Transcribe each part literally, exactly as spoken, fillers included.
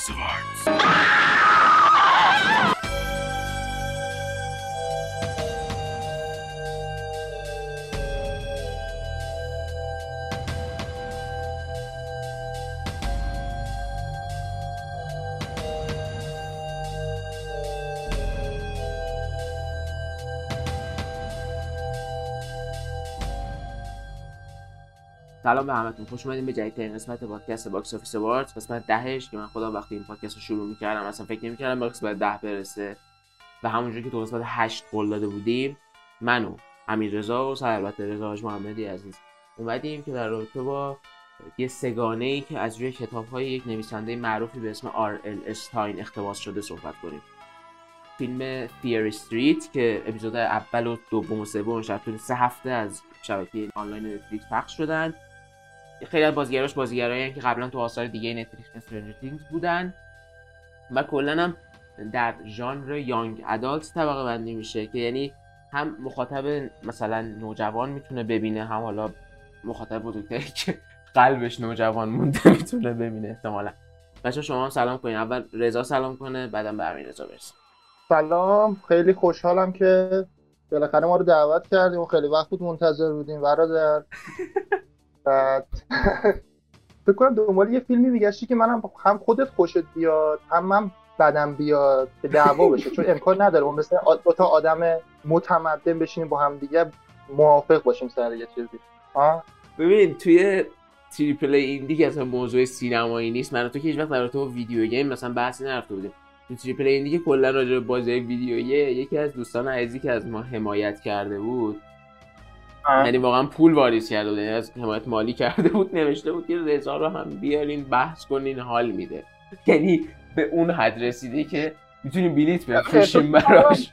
Office of Arts. سلام به همتون، خوش اومدین به جدیدترین قسمت پادکست باکس آفیس اواردز، قسمت دهش که من خودم وقتی این پادکست رو شروع می‌کردم اصلا فکر نمی‌کردم به قسمت ده برسه و همونجوری که تو قسمت هشت قول داده بودیم من و امیررضا و البته رضا حاج محمدی عزیز اومدیم که در رابطه با یه سگانه‌ای که از روی کتاب‌های یک نویسنده معروفی به اسم آر ال استاین اقتباس شده صحبت کنیم. فیلم فیر استریت که اپیزود اول و دوم و سومش در طول سه هفته از شبکه آنلاین نتفلیکس پخش شدن. خیلی از بازیگراش بازیگرایی که قبلا تو آثار دیگه نتفلیکس استرنجر تینگز بودن و کلا هم در ژانر یانگ ادالت طبقه بندی میشه که یعنی هم مخاطب مثلا نوجوان میتونه ببینه، هم حالا مخاطب بزرگتری که قلبش نوجوان مونده میتونه ببینه احتمالاً. بچه‌ها شما هم سلام کنین. اول رضا سلام کنه، بعدم به امیررضا برسیم. سلام، خیلی خوشحالم که بالاخره ما رو دعوت کردیم و خیلی وقت بود منتظر بودیم برادر. بعد فکر کنم دنبال یه فیلمی میگشتی که منم هم خودت خوشت بیاد هم من بدم بیاد که دعوا بشه، چون امکان نداره ما مثلا دو تا آدم متمدن بشینیم با هم دیگه موافق باشیم سر یه چیزی. ها ببین توی تریپل ایندی که اصلا موضوع سینمایی نیست، من و تو که هیچ وقت در رابطه با ویدیو گیم مثلا بحثی نرفته بودیم. تو تریپل ایندی که کلا راجع به بازی ویدیویی یکی از دوستان عزیزی که از ما حمایت کرده بود، یعنی واقعا پول واریز کرده بود، یعنی از حمایت مالی کرده بود، نوشته بود که رضا رو هم بیارین بحث کنین حال میده. یعنی به اون حد رسیده که میتونیم بلیت بفروشیم براش.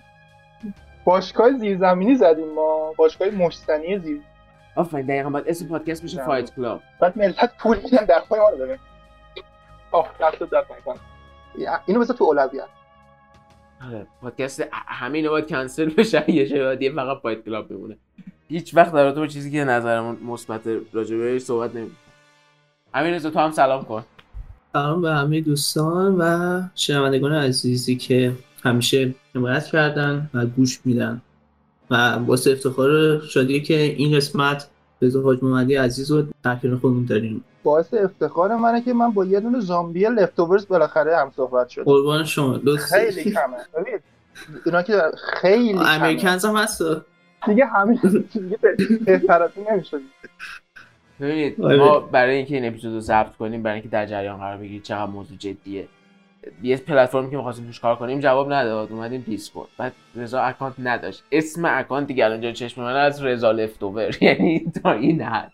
باشگاه زیرزمینی زدیم ما، باشگاه مشتنی زیر. آفرین، دقیقاً بعد اسم پادکست میشه فایت کلاب. بعد ملت پول میدن در پای ما رو ببین. آه دست دست نکن. اینو بذار تو اولویت. آره پادکست همین رو باید کنسل بشه، یه جای دیگه فقط فایت کلاب بمونه. هیچ وقت در رابطه با چیزی که نظرمون مثبت راجع بهش صحبت نمی‌کنیم. امیررضا تو هم سلام کن. سلام به همه دوستان و شنوندگان عزیزی که همیشه حمایت کردن و گوش میدن و واسه افتخار شادیه که این قسمت رضا حاج محمدی عزیز رو در کنار خودمون داریم. باعث افتخار منه که من با یه دونه زامبی لفت اوورز بالاخره هم صحبت شد. قربان شما. دوست خیلی کمه. ببین اینا که خیلی کمه. امریکنز هم هست دیگه همین دیگه بهتر از این نمیشه. ببینید ما برای اینکه این اپیزود رو ضبط کنیم، برای اینکه در جریان قرار بگیرید چقدر موضوع جدیه، یه پلتفرمی که می‌خواستیم توش کار کنیم جواب نداد، اومدیم دیسکورد. بعد رضا اکانت نداشت، اسم اکانت دیگه الان چشم من از رضا لفت اوور، یعنی تا این حد.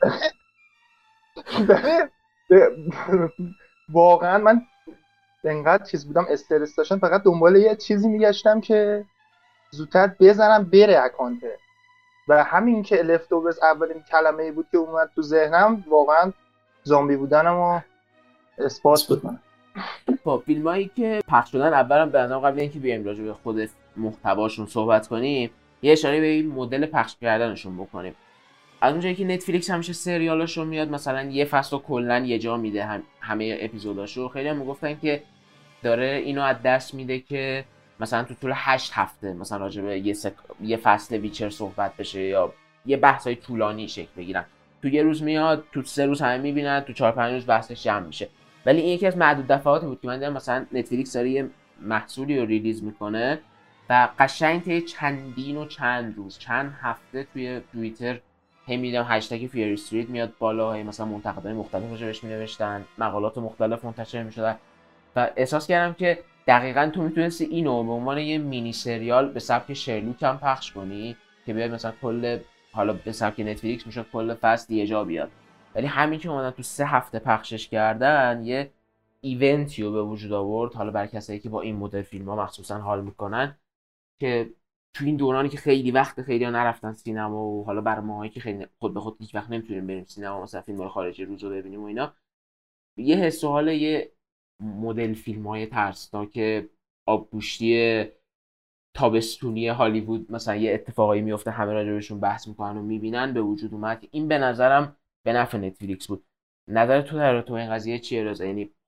واقعا من انقدر چیز بودم استرس داشتم، فقط دنبال یه چیزی میگشتم که زودتر بزنم بره اکانته و همین که لفت اوورز اولین کلمه‌ای بود که اومد تو ذهنم، واقعا زامبی بودنمو اثبات بکنم. با فیلمایی که پخش شدن اولام به نظرم قبل اینکه بیایم راجع به خود محتواشون صحبت کنیم یه اشاره به این مدل پخش کردنشون بکنیم. از اونجایی که نتفلیکس همیشه سریالاشو میاد مثلا یه فصل رو کلا یه جا میده، هم همه اپیزوداشو، خیلی هم میگفتن که داره اینو از دست میده که مثلا تو طول هشت هفته مثلا راجع به یه, سک... یه فصل ویچر صحبت بشه یا یه بحثای طولانی شکل بگیرن. تو یه روز میاد، تو سه روز همه میبینن، تو چهار پنج روز بحثش جمع میشه. ولی این یکی از معدود دفعاتی بود که من دیدم مثلا نتفلیکس داره یه محصولی رو ریلیز میکنه و قشنگ طی چندین و چند روز چند هفته توی توییتر هم میدم هشتگ فیر استریت میاد بالا، هی مثلا منتقدای مختلف راجعش مینوشتن، مقالات مختلف منتشر میشدن و احساس کردم که دقیقاً تو میتونستی اینو به عنوان یه مینی سریال به سبک شرلوک هم پخش کنی که بیاد مثلا کل، حالا به سبک نتفلیکس میشد کل فصل یه جا بیاد. ولی همین که اومدن تو سه هفته پخشش کردن یه ایونتی رو به وجود آورد، حالا برای کسایی که با این مدل فیلم ها مخصوصا حال میکنن، که تو این دورانی که خیلی وقت خیلی ها نرفتن سینما و حالا برای ماهایی که خیلی خود به خود هیچ وقت نمیتونیم بریم سینما مثلا فیلم‌های خارجی روز رو ببینیم و اینا، یه حس و حال یه مدل فیلم‌های ترسناک آبگوشتی تابستونی هالیوود مثلا یه اتفاقایی میفته همه راجبشون بحث میکنن و میبینن به وجود اومد. این به نظرم به نفع نتفلیکس بود. نظر تو در تو این قضیه چیه رضا؟ یعنی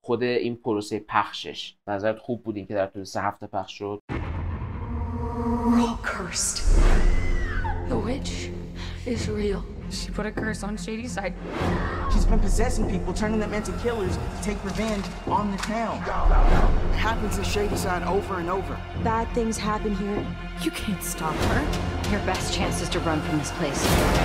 خود این پروسه پخشش به نظرت خوب بود این که در طول سه هفته پخش شد؟ We're all cursed. The witch is real. She put a curse on Shadyside. She's been possessing people, turning them into killers to take revenge on the town. It happens in Shadyside over and over. Bad things happen here. You can't stop her. Your best chance is to run from this place.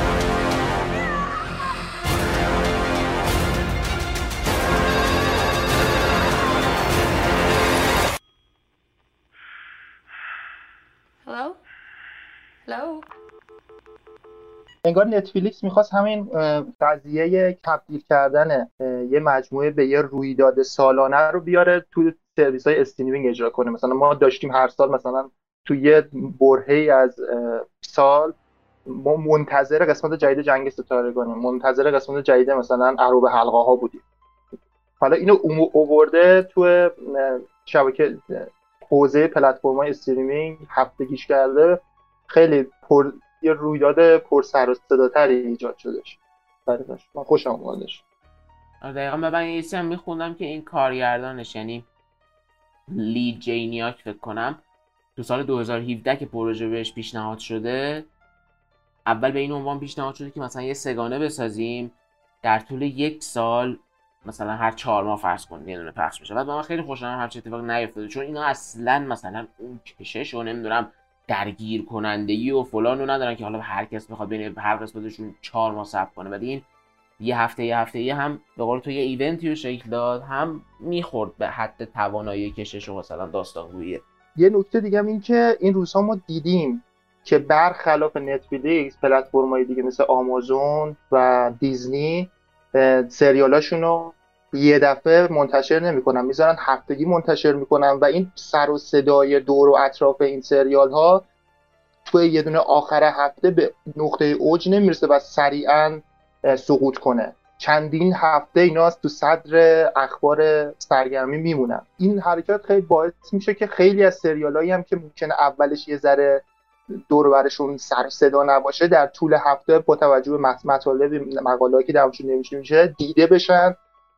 Hello? Hello? انگار نتفلیکس میخواست همین قضیه تبدیل کردن یه مجموعه به یه رویداد سالانه رو بیاره تو سرویس های استریمینگ اجرا کنه. مثلا ما داشتیم هر سال مثلا تو یه برهه‌ای از سال ما منتظر قسمت جدید جنگ ستارگانیم، منتظر قسمت جدید مثلا عروب حلقه ها بودیم. حالا اینو اوورده تو شبکه حوزه پلتفرم‌های استریمینگ هفتگیش کرده، خیلی پر یه رویداد پر سر و صداتری ایجاد شدش. برایش من خوشم اومدش. دقیقاً من یه چیزی هم میخوندم که این کارگردانش یعنی لی جینیاک فکر کنم تو سال دو هزار و هفده که پروژه بهش پیشنهاد شده، اول به این عنوان پیشنهاد شده که مثلا یه سگانه بسازیم در طول یک سال مثلا هر چهار ماه فرض کن یه دونه پخش بشه. بعد من خیلی خوشحالم هر چه اتفاقی نیفتاده، چون اینا اصلا مثلا اون کشش و نمیدونم درگیر کنندگی و فلان رو ندارن که حالا هر کس بخواد بین هر قسمتشون چهار ماه صبر کنه. ولی این یه هفته یه هفته یه هم به قول تو یه ایونتی رو شکل داد، هم میخورد به حد توانایی کشش و مثلا داستانگویی. یه نکته دیگه هم این که این روزها ما دیدیم که برخلاف نتفلیکس پلتفرم‌های دیگه مثل آمازون و دیزنی سریالاشون رو یه دفعه منتشر نمی‌کنن، میذارن هفتگی منتشر میکنن و این سر و صدای دور و اطراف این سریال ها توی یه دونه آخر هفته به نقطه اوج نمیرسه و سریعا سقوط کنه. چندین هفته اینا تو صدر اخبار سرگرمی میمونن. این حرکت خیلی باعث میشه که خیلی از سریالایی هم که ممکنه اولش یه ذره دور و برشون سر صدا نباشه در طول هفته با توجه به مطالب مقاله‌ای که درشون نوشته میشه دیده بشن،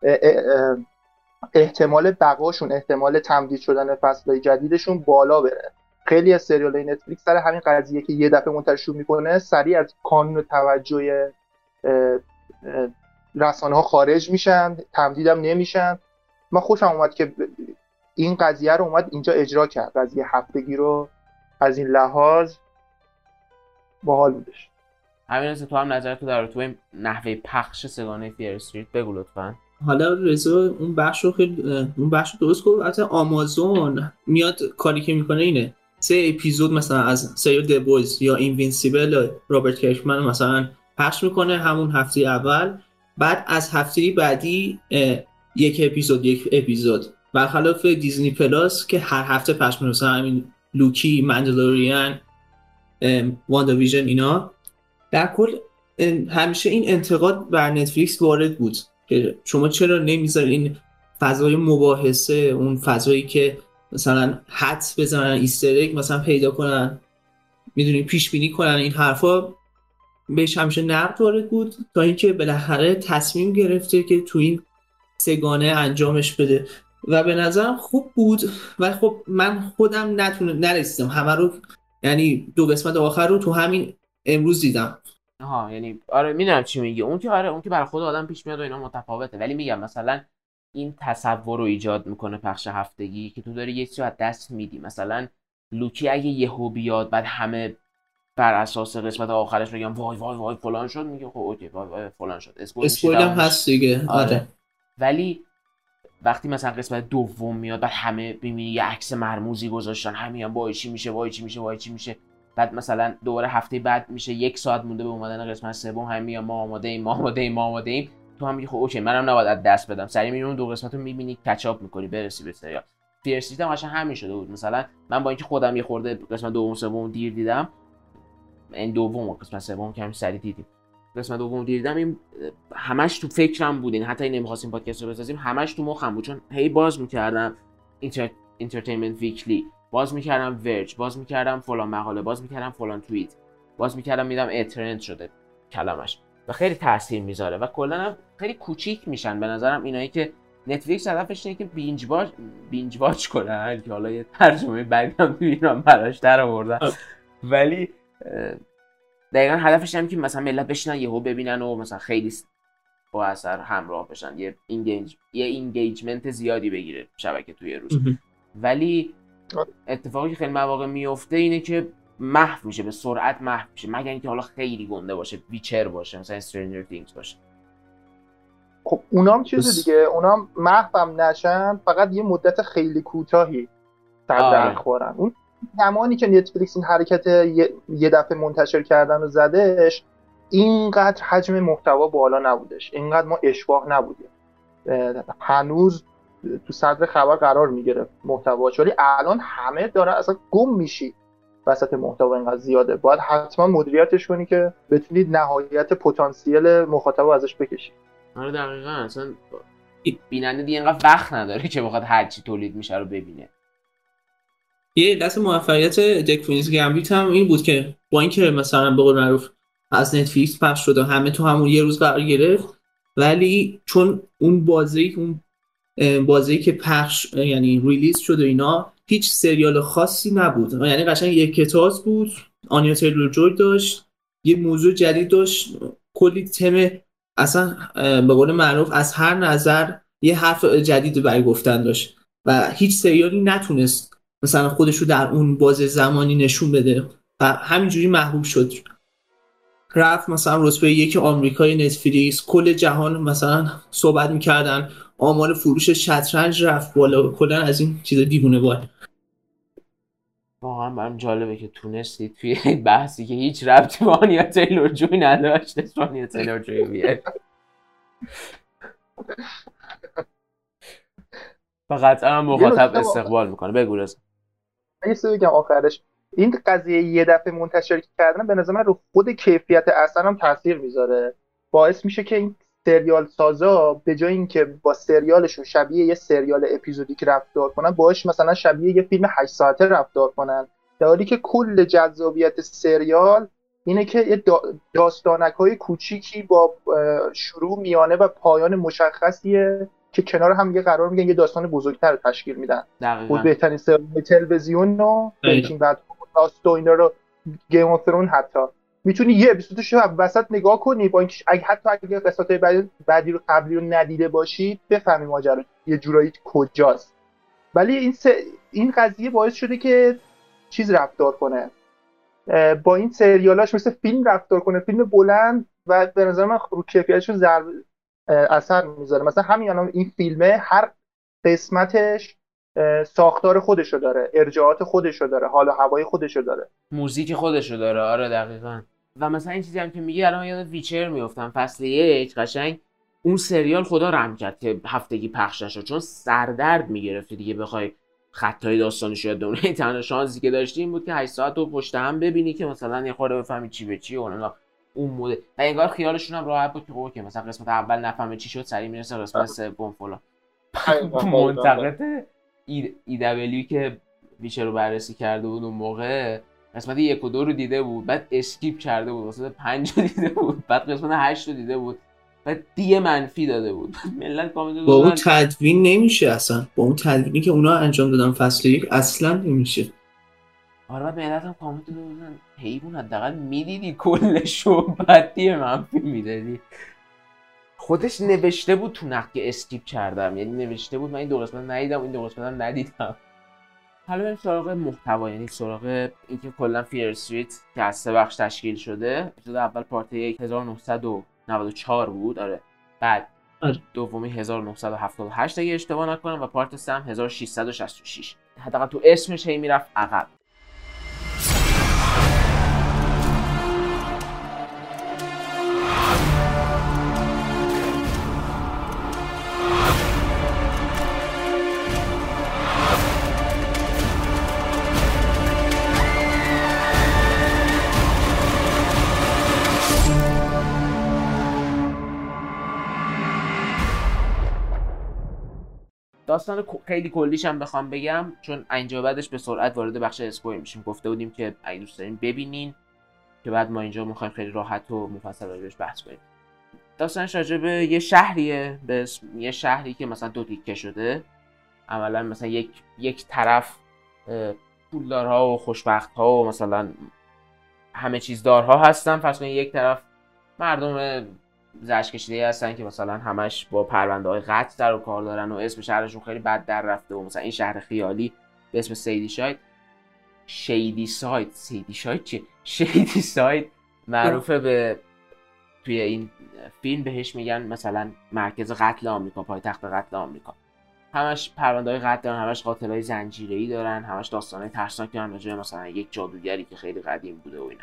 احتمال بقاشون، احتمال تمدید شدن فصل‌های جدیدشون بالا بره. خیلی از سریال‌های نتفلیکس سر همین قضیه که یه دفعه منتشر میکنه سریع از کانون توجه رسانه‌ها خارج میشن، تمدیدم نمیشن. من خوشم اومد که این قضیه رو اومد اینجا اجرا کرد، قضیه هفتگی رو از این لحاظ باحال بودش. همین است. تو هم نظرت تو در تو نحوه پخش سگانه فیر استریت بگو لطفاً. حالا رضا اون بخش رو خیلی اون بخش رو درست گفت. البته آمازون میاد کاری که میکنه اینه سه اپیزود مثلا از سریال د بویز یا اینوینسیبل رابرت کرکمن مثلا پخش میکنه همون هفته اول، بعد از هفته بعدی یک اپیزود یک اپیزود برخلاف دیزنی پلاس که هر هفته پخش میکنه، مثلا همین لوکی، مندلوریان، واندا ویژن. اینا در کل همیشه این انتقاد بر نتفلیکس وارد بود که شما چرا نمیذارین این فضای مباحثه، اون فضایی که مثلا حدس بزنن، ایستر اگ مثلا پیدا کنن، میدونین پیش بینی کنن، این حرفا بهش همیشه نقد وارد بود تا اینکه بالاخره تصمیم گرفته که تو این سگانه انجامش بده و به نظرم خوب بود. و خب من خودم نتونم نرسیدم همه رو، یعنی دو قسمت آخر رو تو همین امروز دیدم. آها یعنی آره میدونم چی میگی. اون که آره اون که برای خود آدم پیش میاد و اینا متفاوته، ولی میگم مثلا این تصور رو ایجاد میکنه پخش هفتگی که تو داری یه چیزی از دست میدی. مثلا لوکی اگه یهو بیاد بعد همه بر اساس قسمت آخرش بگم وای وای وای فلان شد، میگه خب اوکی وای وای فلان شد، اسپویل هم هست دیگه. آره. آره ولی وقتی مثلا قسمت دوم میاد بعد همه ببینی یه عکس مرموزی گذاشتن، همین هم وای چی میشه وای چی میشه وای چی میشه، بعد مثلا دوباره هفته بعد میشه یک ساعت مونده به اومدن قسمت سوم، هم میگن ما آماده ایم ما آماده ایم ما آماده ایم، تو هم میگی خب اوکی منم نباید از دست بدم، سریع میری اون دو قسمتو میبینی کچاپ میکنی برسی به سریال. فیر استریت هم قشنگ همین شده بود. مثلا من با اینکه خودم یه خورده قسمت دوم سوم دیر دیدم، این دوم قسمت سوم کمی سریع دیدیم، قسمت دوم دیدم، این همش تو فکرم بود، این حتی این نمی‌خواستیم پادکست رو بسازیم همش تو مخم بود، چون هی باز می‌کردم اینتر انترتینمنت ویکلی، باز می‌کردم ورج، باز می‌کردم فلان مقاله، باز می‌کردم فلان توییت، باز می‌کردم میدم اترند شده کلمش و خیلی تاثیر میذاره و کلا هم خیلی کوچیک میشن به نظرم اینایی که نتفلیکس هدفش اینه که بینج واچ بینج واچ کنن که حالا یه ترجمه بعدی هم تو ایران براش در آوردن، ولی دقیقاً هدفش هم که مثلا ملت بشینن یهو ببینن و مثلا خیلی با اثر همراه بشن، یه اینگیج یه اینگیجمنت زیادی بگیره شبکه توی روز. ولی اتفاقی که خیلی مواقع میفته اینه که محو میشه، به سرعت محو میشه، مگر اینکه حالا خیلی گنده باشه، ویچر باشه، مثلا استرنجر تینگز باشه. خب اونام چیز دیگه، اونام محوم نشن، فقط یه مدت خیلی کوتاهی در درد خورن. اون زمانی که نتفلیکس این حرکت یه دفعه منتشر کردن و زدش، اینقدر حجم محتوا بالا نبودش، اینقدر ما اشباح نبودیم، هنوز تو صدر خبر قرار میگرفت محتواش، ولی الان همه داره اصلا گم میشی وسط محتوا اینقدر زیاده. باید حتما مدیریتش کنی که بتونید نهایت پتانسیل مخاطب ازش بکشید. آره دقیقاً، اصلا بیننده دیگه اینقدر وقت نداره که بخواد هر چی تولید میشه رو ببینه. یه دست موفقیت د کوینز گمبیت هم این بود که با اینکه مثلا به قول معروف از نتفلیکس پخش شد و همه تو همون یه روز قرار گرفت، ولی چون اون بازی اون بازی که پخش یعنی ریلیز شد و اینا هیچ سریال خاصی نبود، یعنی قشنگ یک کتاب بود، آنیا تیلور جوی داشت، یه موضوع جدید داشت، کلی تم، اصلا به قول معروف از هر نظر یه حرف جدید برای گفتن داشت و هیچ سریالی نتونست مثلا خودش رو در اون بازه زمانی نشون بده و همینجوری محبوب شد. رفت مثلا رتبه یک آمریکای نتفلیکس، کل جهان مثلا صحبت میکردن، آمار فروش شطرنج رفت بالا، کلا از این چیز دیوونه وار. واقعا برام جالبه که تونستید توی این بحثی که هیچ ربطی به آنیا تیلور جوی نداشت اسم آنیا تیلور جوی بیاره. فقط هم مخاطب استقبال میکنه. بگو رضا. یه چیزی بگم آخرش، این قضیه یه دفعه منتشر کردن به نظر من رو خود کیفیت اثر هم تاثیر میذاره، باعث میشه که این سریال سازا به جای اینکه با سریالشون شبیه یه سریال اپیزودیک رفتار کنن، باهاش مثلا شبیه یه فیلم هشت ساعته رفتار کنن، در حالی که کل جذابیت سریال اینه که یه داستانک‌های کوچیکی با شروع، میانه و پایان مشخصیه که کنار هم یه قرار میگن یه داستان بزرگتر رو تشکیل میدن. دقیقاً. بهترین سریال تلویزیون رو بریکینگ بد، لاست و اینا رو، گیم آف ترون، حتی میتونی یه اپیزودش رو وسط نگاه کنی، با اینکه اگه حتی اگه قسمت‌های بعدی بعدی رو قبلی رو ندیده باشی بفهمی ماجرا یه جورایی کجاست. ولی این س... این قضیه باعث شده که چیز رفتار کنه، با این سریالاش مثل فیلم رفتار کنه، فیلم بلند، و به نظر من رو کیفیتش ضرب اثر میذاره. مثلا همین الان این فیلمه هر قسمتش ساختار خودشو داره، ارجاعات خودشو داره، حال و هوای خودشو داره، موزیک خودشو داره. آره دقیقاً. و مثلا این چیزی هم که میگی الان یاد ویچر میافتم، فصل یک قشنگ اون سریال خدا رحم کرد که هفتگی پخش نشد، چون سردرد میگرفتی دیگه بخوای خطای داستانش یاد بمونی. تنها شانسی که داشتی این بود که هشت ساعت رو پشت هم ببینی که مثلا یه خورده بفهمی چی به چی و اون اون مود، و انگار خیالشون هم راحت بود که اوکی مثلا قسمت اول نفهمه چی شد سریع میرسه قسمت سوم فلان. منتقد ای دبلیو که ویچر رو بررسی کرده بود اون موقع قسمت یک و دو رو دیده بود، بعد اسکیپ کرده بود، قسمت پنج رو دیده بود، بعد قسمت هشت رو دیده بود، بعد دیگه منفی داده بود. ملت کامنت با اون تدوین نمیشه، اصلا با اون تدوینی که اونا انجام دادن فصل یک اصلا نمیشه. آره بعد ملت هم کامنت دادن حیوان حداقل میدیدی کلشو، بعد دیگه منفی میدادی. خودش نوشته بود تو نقد که اسکیپ کردم، یعنی نوشته بود من این دو قسمت ندیدم این دو قسمت هم ندیدم. حالا بریم سراغ محتوا، یعنی سراغ اینکه کلا فیر استریت که از سه بخش تشکیل شده. اپیزود اول پارت یک هزار و نهصد و نود و چهار بود، آره. بعد آره. دومی هزار و نهصد و هفتاد و هشت اگه اشتباه نکنم و پارت سه هم هزار و ششصد و شصت و شش. حداقل تو اسمش هی میرفت عقب. داستان خیلی کلیش هم بخوام بگم، چون اینجا بعدش به سرعت وارد بخش اسپویل میشیم. گفته بودیم که اگه دوست دارین ببینین، که بعد ما اینجا میخوایم خیلی راحت و مفصل راجعش بحث کنیم. داستانش راجع به یه شهریه، به اسم یه شهری که مثلا دو تیکه شده. عملا مثلا یک یک طرف پولدارها و خوشبخت‌ها و مثلا همه چیز دارها هستن، فرض کنید یک طرف مردم زرش کشیده هستن که مثلا همش با پرونده‌های قتل در و کار دارن و اسم شهرشون خیلی بد در رفته و مثلا این شهر خیالی به اسم سیدی شاید شیدی ساید سیدی شاید چه شیدی ساید معروفه به توی این فیلم بهش میگن مثلا مرکز قتل آمریکا، پایتخت قتل آمریکا. همش پرونده‌های قتل دارن، همش قاتلای زنجیره‌ای دارن، همش داستانای ترسناک دارن راجع به مثلا یک جادوگری که خیلی قدیم بوده و اینا.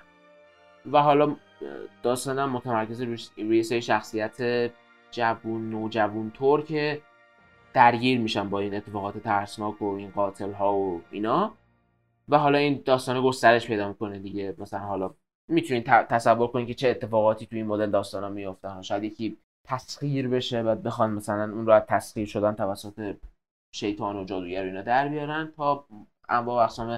و حالا داستانم متمرکز روی سری شخصیت جوون نوجوون طور که درگیر میشن با این اتفاقات ترسناک و این قاتل‌ها و اینا. و حالا این داستان گسترش پیدا میکنه دیگه. مثلا حالا میتونید تصور کنید که چه اتفاقاتی توی این مدل داستانا میافتن. شاید یکی تسخیر بشه بعد بخوان مثلا اون رو از تسخیر شدن توسط شیطان و جادوگر اینا در بیارن تا انواع و اقسام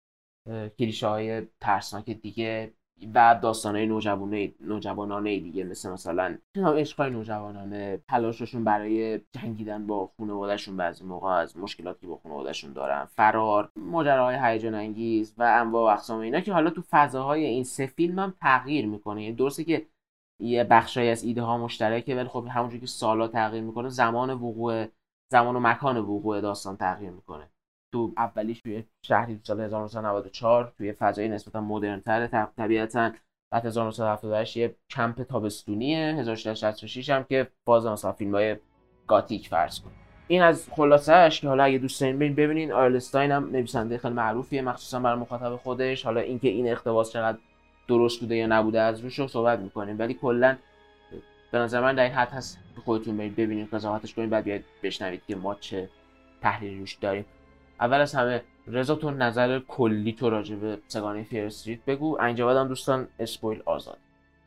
کلیشه‌های ترسناک دیگه و داستان‌های نوجوانانه نوجوانانه دیگه، مثل مثلا عشق‌های نوجوانانه، تلاششون برای جنگیدن با خانواده‌شون، بعضی موقع از مشکلاتی با خانواده‌شون دارن، فرار، ماجراهای هیجان انگیز و انواع و اقسام اینا که حالا تو فضاهای این سه فیلم هم تغییر میکنه. یعنی درسته که یه بخشی از ایده ها مشترکه ولی خب همونجوری که سالا تغییر میکنه، زمان وقوع زمان و مکان وقوع داستان تغییر میکنه. تو اولیش توی شهری تو سال هزار و نهصد و نود و چهار توی فضای نسبتا مدرن‌تر طبیعتاً، بعد هزار و نهصد و هفتاد و هشت یه کمپ تابستونیه، هزار و سیصد و شصت و شش هم که باز مثلا فیلم‌های گاتیک فرض کن. این از خلاصه‌اش که حالا اگه دوست دارین برین ببینین. آرل استاین هم نویسنده خیلی معروفیه مخصوصا برای مخاطب خودش. حالا اینکه این اقتباس چقدر درست بوده یا نبوده از روش رو صحبت می‌کنیم، ولی کلاً به نظر من در این حد هست خودتون برید ببینید، قضاوتش کنید، بعد بیاید بشنوید که ما چه تحلیلی روش داریم. اول از همه رضا تو نظر کلی تو راجع به سگانه فیر استریت بگو. اینجا بعدم دوستان اسپویل آزاد.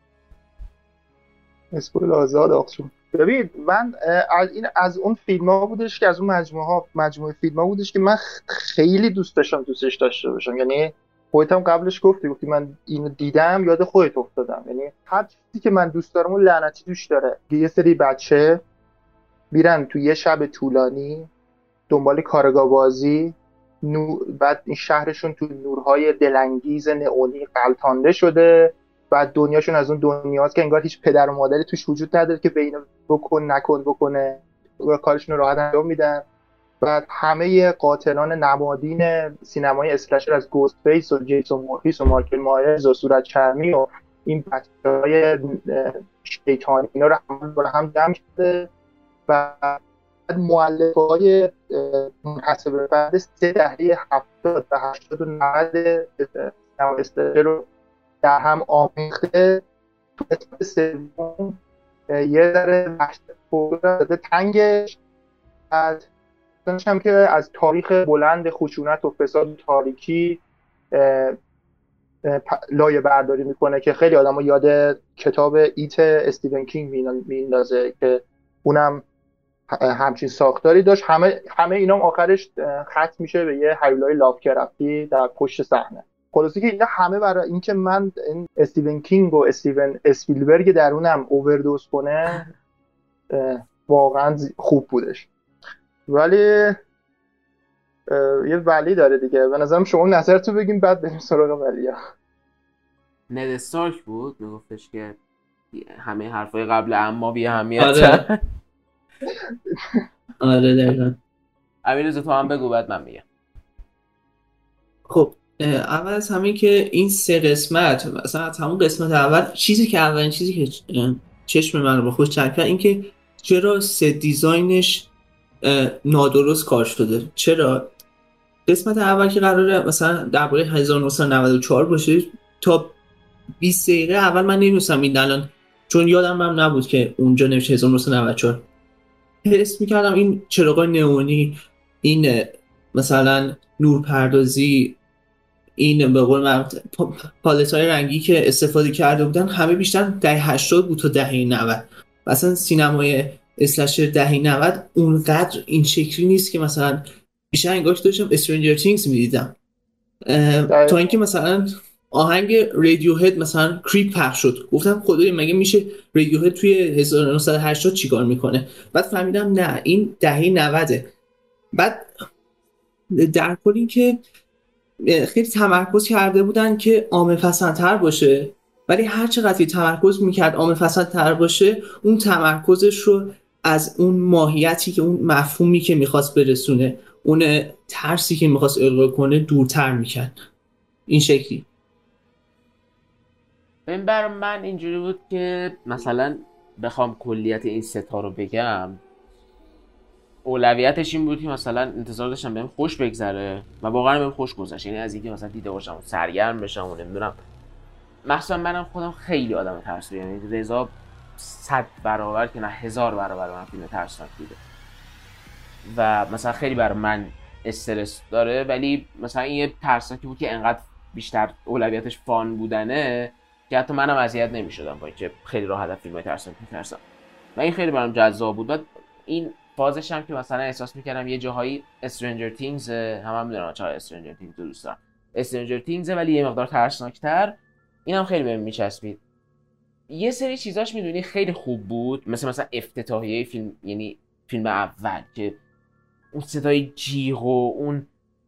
اسپویل آزاد آخشون. ببین من از این از اون فیلم ها بودش که از اون مجموعه ها مجموعه فیلم ها بودش که من خیلی دوست داشتم دوستش داشته باشم. یعنی خودت هم قبلش گفتی گفتی من اینو دیدم یاد خودت افتادم. یعنی هر چیزی که من دوست دارم اون لعنتی دوش داره. یه سری بچه میرن تو یه شب طولانی دنبال کارگاه بازی، نور... بعد این شهرشون تو نورهای دلانگیز نئونی غلطانده شده، بعد دنیاشون از اون دنیاست که انگار هیچ پدر و مادری توش وجود نداره که بین بکن نکن بکنه، کارشون رو راحت انجام میدن. بعد همه قاتلان نمادین سینمای اسلشر از گوست فیس و جیسون مورفیس و مایکل مایرز و صورت چرمی و این بچه‌های شیطانی اینا رو هم با هم جمع کرده و مؤلفه‌های منحصر به فرد سه دهه هفتاد و هشتاد و نود سینما اسلشر رو در هم آمیخته. تو قسمت سوم یه ذره وحشت فوق العاده تنگش، از هم که از تاریخ بلند خشونت و فساد و تاریکی لایه برداری میکنه که خیلی آدمو یاد کتاب ایت استیون کینگ میندازه که اونم همچین ساختاری داشت. همه همه اینا هم آخرش ختم میشه به یه هیولای لافکرافتی در پشت صحنه. خلاصه که اینا همه برای اینکه من این استیون کینگ و استیون اسپیلبرگ درونم اووردوز کنه واقعا خوب بودش. ولی یه ولی داره دیگه. به نظرم شما نظرتو بگیم بعد بریم سراغ ولیا. ند استارک بود میگفتش که همه حرفای قبل اما بی اهمیت. آره آره دقیقاً. امیررضا تو هم بگو بعد من میگم. خب اول از همین که این سه قسمت مثلا از همون قسمت اول چیزی که اولین چیزی که چشم من رو به خودش جلب کرد این که چرا سه دیزاینش نادرست کار شده. چرا قسمت اول که قراره مثلا درباره هزار و نهصد و نود و چهار باشه تا بیست دقیقه اول من نمی‌دونستم این الان، چون یادم هم نبود که اونجا نوشته هزار و نهصد و نود و چهار، حس می‌کردم این چراغای نئونی، این مثلا نورپردازی، این به قول من پالت‌های رنگی که استفاده کرده بودن همه بیشتر دهه هشتاد بود تا دهه نود. مثلا سینمای اسلشر دهه نود اونقدر این شکلی نیست که مثلا بیشتر انگار که داشتم استرنجر تینگز می‌دیدم. تا اینکه مثلا آهنگ رادیوهد مثلا کریپ پخش شد، گفتم خدای مگه میشه رادیوهد توی هزار و نهصد و هشتاد چیکار میکنه؟ بعد فهمیدم نه این دهه نود. بعد در کل این که خیلی تمرکز کرده بودن که عامه پسندتر باشه، ولی هر چقدر تمرکز میکرد عامه پسندتر باشه، اون تمرکزش رو از اون ماهیتی که اون مفهومی که میخواست برسونه، اون ترسی که میخواست القا کنه دورتر میکرد. این شکلی. این بر من اینجوری بود که مثلا بخوام کلیت این ستا رو بگم، اولویتش این بود که مثلا انتظار داشتم بهم خوش بگذره و واقعا بهم خوش گذشت. یعنی از اینکه مثلا دیده باشم سرگرم بشم و نمیدونم، مخصوصا منم خودم خیلی آدم ترسوی، یعنی رضا صد برابر که نه هزار برابر من فیلم ترسناک دیده و مثلا خیلی برای من استرس داره، ولی مثلا این یه ترسناکی بود که انقدر بیشتر اولویتش فان بودنه که حتی منم اذیت نمی‌شدم با اینکه خیلی راحت از فیلم‌های ترسناک می‌ترسم و این خیلی برام جذاب بود. بعد این فازش هم که مثلا احساس می‌کردم یه جاهایی استرنجر تینگز، هم هم می‌دونم چرا استرنجر تینگز دوست دارم، استرنجر تینگز ولی یه مقدار ترسناک‌تر، اینم خیلی بهم میچسبید. یه سری چیزاش میدونی خیلی خوب بود، مثل مثلا افتتاحیه فیلم، یعنی فیلم اول که اون صدای جیغ و اون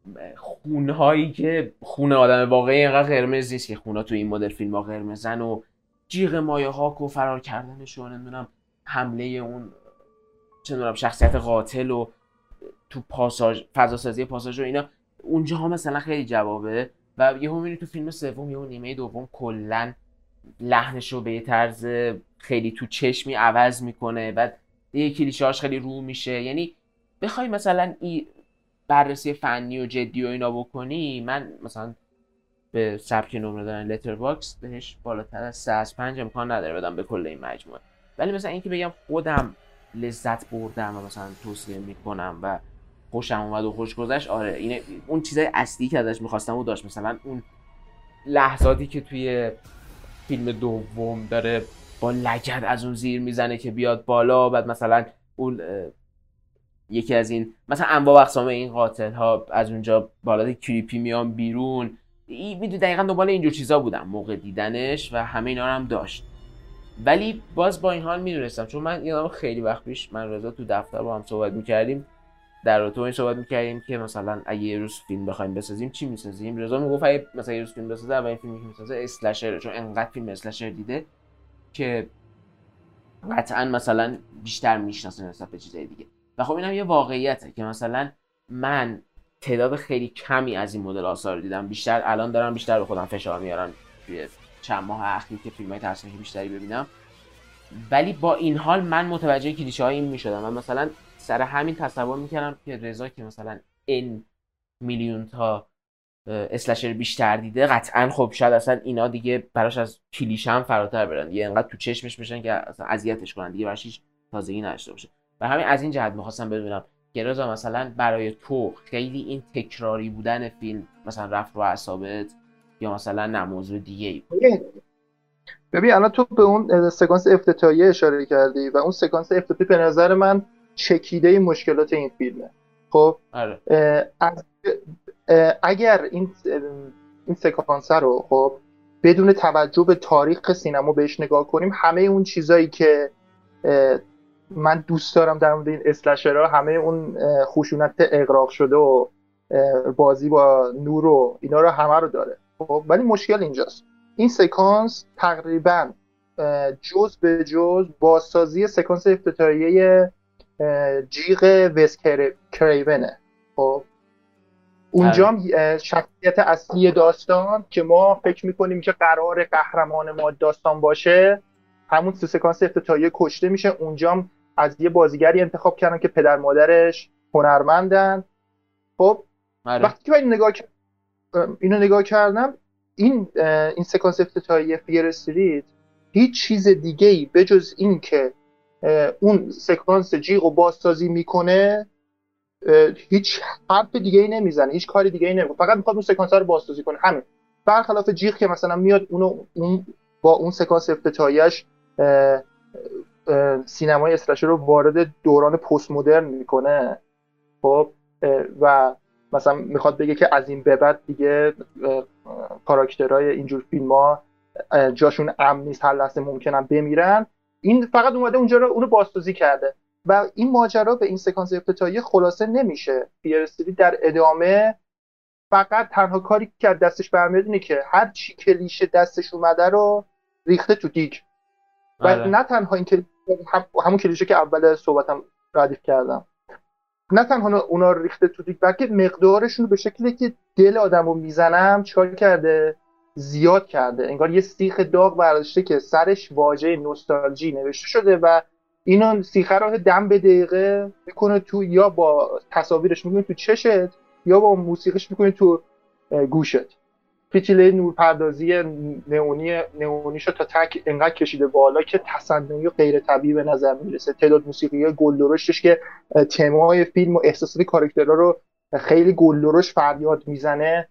خونهایی که خونه آدم واقعی اینقدر قرمز نیست که خونه تو این مدل فیلم ها قرمزن و جیغ مایه ها و فرار کردنشون، نمیدونم حمله اون چه میدونم شخصیت قاتل و تو پاساژ فضا سازی پاساژ و اینا، اونجا ها مثلا خیلی جوابه. و یهو میبینی تو فیلم سوم یهو نیمه دوم کلا لحنشو به یه طرز خیلی تو چشمی عوض میکنه، بعد یه کلیشه‌اش خیلی رو میشه. یعنی بخوای مثلا این بررسی فنی و جدی و اینا بکنی، من مثلا به سبک نمره دادن لتر باکس بهش بالاتر از سه از پنج امکان نداره بدم به کل این مجموعه. ولی مثلا اینکه بگم خودم لذت بردم و مثلا توصیه میکنم و خوشم اومد و خوش گذشت، آره اینه اون چیزای اصلی که ازش میخواستم و داشت. مثلا اون لحظاتی که توی فیلم دوم داره با لگد از اون زیر میزنه که بیاد بالا، بعد مثلا اون یکی از این مثلا انواع اقسام این قاتل ها از اونجا بالا کریپی میان بیرون، میدونی دقیقا دنبال اینجور چیزا بودم موقع دیدنش و همه اینا رو هم داشت. ولی باز با این حال میدونستم، چون من یادم خیلی وقت پیش من رضا تو دفتر با هم صحبت میکردیم، در رابطه با این صحبت میکردیم که مثلا اگه یه روز فیلم بخوایم بسازیم چی میسازیم. رضا میگفت اگه مثلا یه روز فیلم بسازه اولین فیلمی که میسازه اسلشره، چون انقدر فیلم اسلشر دیده که قطعا مثلا بیشتر میشناسه نسبت به چیزای دیگه. و خب اینم یه واقعیته که مثلا من تعداد خیلی کمی از این مدل آثار رو دیدم، بیشتر الان دارم بیشتر به خودم فشار میارم توی چند ماه اخیر که فیلم‌های ترسناک بیشتری ببینم، ولی با این حال من متوجه کلیشه‌های این میشدم. من مثلا سر همین تصور میکردم که رضا که مثلا این میلیون تا اسلشر بیشتر دیده، قطعا خب شاید اصلا اینا دیگه براش از کلیشه هم فراتر برن، یه انقدر تو چشمش بشن که اصلا اذیتش کنن دیگه، براش هیچ تازگی نداشته باشه. و همین از این جهت میخواستم بدونم که رضا مثلا برای تو خیلی این تکراری بودن فیلم مثلا رفت رو اعصابت یا مثلا نه موضوع دیگه ای بود؟ ببین الان تو به اون سکانس افتتاحیه اشاره کردی و اون سکانس افتتاحیه به نظر من چکیده مشکلات این فیلمه. خب آره. از اگر این این سکانس رو خب بدون توجه به تاریخ سینما بهش نگاه کنیم، همه اون چیزایی که من دوست دارم در مورد این اسلشرها، همه اون خشونت اغراق شده و بازی با نور و اینا رو همه رو داره. خب ولی مشکل اینجاست، این سکانس تقریبا جز به جز بازسازی سکانس افتتاحیه جیغ وس کریونه. خب اونجا شخصیت اصلی داستان که ما فکر میکنیم که قرار قهرمان ما داستان باشه، همون سکانس افتتاحیه کشته میشه. اونجا از یه بازیگری انتخاب کردن که پدر مادرش هنرمندن. خب وقتی که من اینو نگاه اینو نگاه کردم، این این سکانس افتتاحیه فیر استریت هیچ چیز دیگه‌ای بجز این که اون سکانس جیغ و بازسازی میکنه، هیچ حرف دیگه‌ای نمیزنه، هیچ کاری دیگه‌ای نمیکنه، فقط میخواد اون سکانس رو بازسازی کنه، همین. برخلاف جیغ که مثلا میاد اونو اون با اون سکانس افتتاحیه‌اش سینمای اسلشر رو وارد دوران پست مدرن میکنه. خب و مثلا میخواد بگه که از این به بعد دیگه کاراکترهای اینجور فیلم ها جاشون امن نیست، هر لحظه ممکنن بمیرن. این فقط اومده اونجا رو اونو بازسازی کرده و این ماجرا به این سکانس ابتدایی خلاصه نمیشه. پیر استریت در ادامه فقط تنها کاری که دستش برمیاد اینه که هر چی کلیشه دستش اومده رو ریخته تو دیگ. و آره. نه تنها این که هم... همون کلیشه که اول صحبتم ردیف کردم، نه تنها اونا رو ریخته تو دیگ بلکه مقدارشون رو به شکلی که دل آدمو میزنم چیکار کرده؟ زیاد کرده. انگار یه سیخ داغ برداشته که سرش واژه نوستالژی نوشته شده و اینا سیخه رو دم به دقیقه میکنه تو، یا با تصاویرش میکنه تو چشت یا با موسیقیش میکنه تو گوشت. فتیله نورپردازی نئونی نئونیشو تا تک انقدر کشیده بالا که تصنعی و غیر طبیعی به نظر میرسه. تعداد موسیقی گلدرشتش که تمای فیلم و احساسات کاراکترها رو خیلی گلدرش فریاد میزنه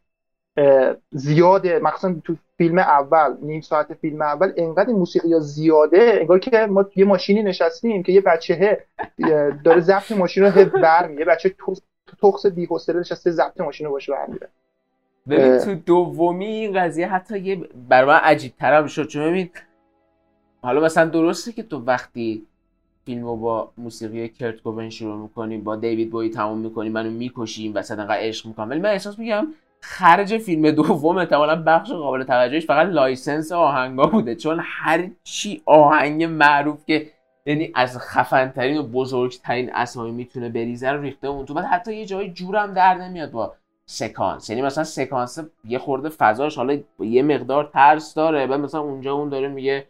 زیاده. مخصوصا تو فیلم اول، نیم ساعت فیلم اول انقدر این موسیقی زیاده انگار که ما یه ماشینی نشستیم که یه بچه داره ضبط ماشین رو برمیه، بچه توخس بی‌حوصله نشسته ضبط ماشین رو باشه برمیره. ببین تو دومی این قضیه حتی یه برای من عجیب تر هم شد، چون ببین حالا مثلا درسته که تو وقتی فیلمو با موسیقی کرت کوبین شروع میکنی، با دیوید بویی تموم میکنی، منو میکشیم وسط انقدر عشق میکنم، ولی من احساس میگم خرج فیلم دوم احتمالاً بخش قابل توجهش فقط لایسنس آهنگا بوده، چون هر چی آهنگ معروف که یعنی از خفن ترین و بزرگترین اسامی میتونه بریزه رو ریخته اون تو. بعد حتی یه جای جورم در نمیاد با سکانس، یعنی مثلا سکانس یه خورده فضاش حالا یه مقدار ترس داره، بعد مثلا اونجا اون داره میگه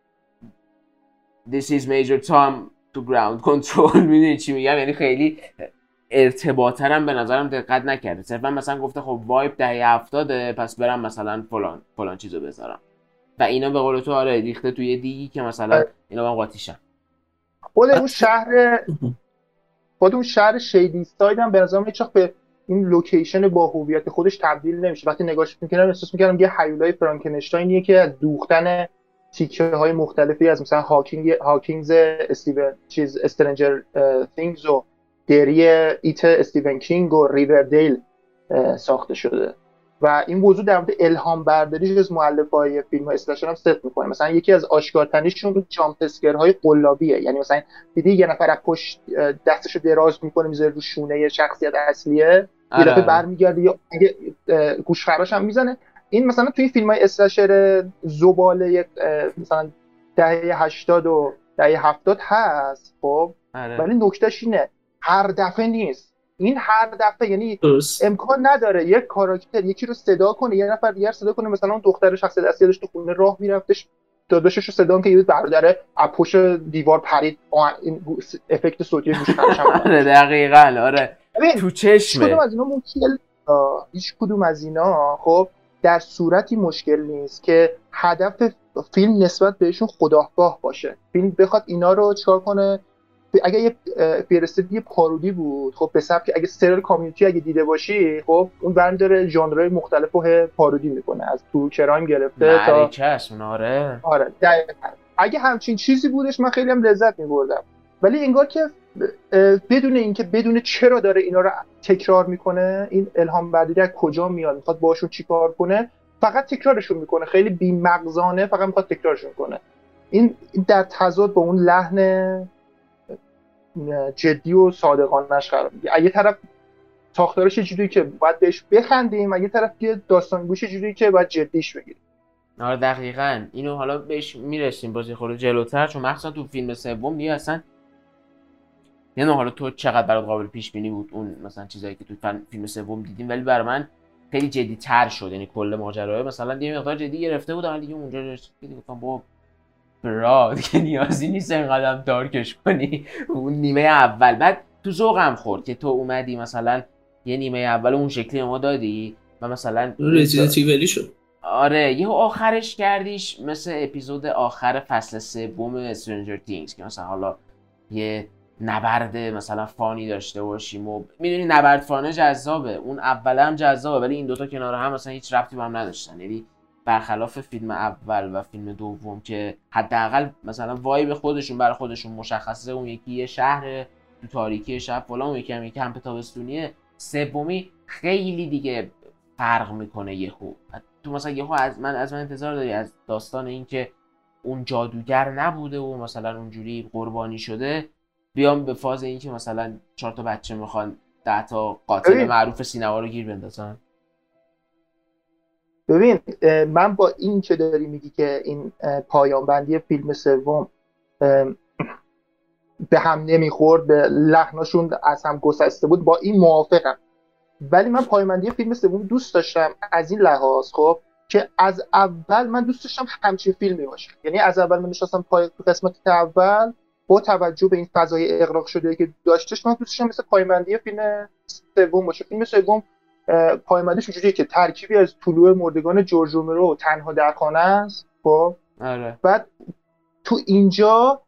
This is Major Tom to ground control، میدونی چی میگم؟ یعنی خیلی ارتباطرم به نظرم دقت نکرده، صرفا مثلا گفته خب وایب دهه هفتاده پس برم مثلا فلان فلان چیزو بذارم و اینا به قول تو آره ریخته توی دیگی که مثلا اینا من قاطیشن. خود اون شهر خود اون شهر شیدی ساید هم به نظرم هیچ وقت به این لوکیشن با هویت خودش تبدیل نمیشه. وقتی نگاهش میکنم احساس میکردم یه هیولای فرانکنشتاینیه که از دوختن تیکه های مختلفی از مثلا هاکینگ هاکینگز استیون چیز استرنجر things و دری ایت استیون کینگ و ریوردیل ساخته شده و این موضوع در مورد الهام برداری از مؤلفه‌های فیلم‌های اسلشر هم صدق می‌کنه. مثلا یکی از آشکارترینشون جامپ اسکرهای قلابیه، یعنی مثلا دیدی یه نفر از پشت دستشو دراز می‌کنه میذاره رو شونه شخصیت اصلیه، یه دفعه برمیگرده یا گوشخراش هم میزنه. این مثلا توی فیلم‌های اسلشر زباله مثلا دهه هشتاد و دهه هفتاد هست خب، ولی نکتهش اینه هر دفعه نیست. این هر دفعه یعنی درست. امکان نداره یک کاراکتر یکی رو صدا کنه، یه نفر دیگر صدا کنه، مثلا اون دختر شخصیت اصلی داشت تو خونه راه میرفتش داداشش رو صدا کنه، یه برادر اپوش دیوار پرید، این افکت صوتی گوش خراشم. آره دقیقاً آره تو چشمه. هیچ کدوم از اینا مشکل هیچ کدوم از اینا خب در صورتی مشکل نیست که هدف فیلم نسبت بهشون خودآگاه باشه. فیلم بخواد اینا رو چیکار کنه. اگه یه فیرستید یه پارودی بود خب به سبک اگه سریال کامیونیتی اگه دیده باشی خب اون برمی داره ژانرهای مختلفو پارودی میکنه، از تو کرایم گرفته تا معرکه. آره آره دقیقاً. اگه همچین چیزی بودش من خیلی هم لذت میبردم، ولی انگار که بدون اینکه بدون چرا داره اینا رو تکرار میکنه، این الهام برداری از کجا میاد، میخواد باشون چیکار کنه، فقط تکرارشون میکنه، خیلی بی‌مغزانه فقط میخواد تکرارشون کنه. این در تضاد با اون لحن جدی و صادقانه‌اش قرار میگیره. اگه طرف ساختارش جوری که باید بهش بخندیم، اگه طرف که داستانگوش جوری که باید جدیش بگیریم. آره دقیقاً اینو حالا بهش میرسیم بازی خورده جلوتر، چون مخصوصا تو فیلم سوم دیگه اصلا یعنی حالا تو چقدر برات قابل پیش بینی بود اون مثلا چیزایی که تو فیلم سوم دیدیم، ولی برای من خیلی جدی تر شد. یعنی کل ماجرا مثلا یه مقدار جدی گرفته بود، ولی دیگه اونجا دیگه گفتم با برا دیگه نیازی نیست اینقدر دارکش کنی اون نیمه اول. بعد تو ذوقم خورد که تو اومدی مثلا یه نیمه اول اون شکلی ما دادی و مثلا رزیدنت ایولی شد. آره یه آخرش کردیش مثل اپیزود آخر فصل سوم استرنجر تینگز که مثلا حالا یه نبرد مثلا فانی داشته باشیم و میدونی نبرد فانه جذابه، اون اوله هم جذابه، ولی این دوتا کنار هم مثلا هیچ ربطی به هم نداشتن. یعنی برخلاف فیلم اول و فیلم دوم که حداقل مثلا وایب خودشون برای خودشون مشخصه، اون یکی یه شهر تو تاریکی شب فلان، اون یکی هم یه کمپ تابستونیه، سومی خیلی دیگه فرق میکنه یهو. تو مثلا یهو از من از من انتظار داری از داستان این که اون جادوگر نبوده و مثلا اونجوری قربانی شده بیام به فاز این که مثلا چهار تا بچه میخوان ده تا قاتل معروف سینما رو گیر بندازن. ببین من با این که داری میگی که این پایان بندی فیلم سوم به هم نمیخورد، به لحناشون از هم گسسته بود، با این موافقم. ولی من پایان بندی فیلم سوم دوست داشتم از این لحاظ خب که از اول من دوست داشتم همچین فیلمی باشه. یعنی از اول من نشستم پای قسمت اول با توجه به این فضای اغراق شده که داشتش، من دوست داشتم مثل پایان بندی فیلم سوم باشه. فیلم سوم پایان بندیش اینجوریه که ترکیبی از طلوع مردگان جورج رومرو تنها در خانه است خب. آره. بعد تو اینجا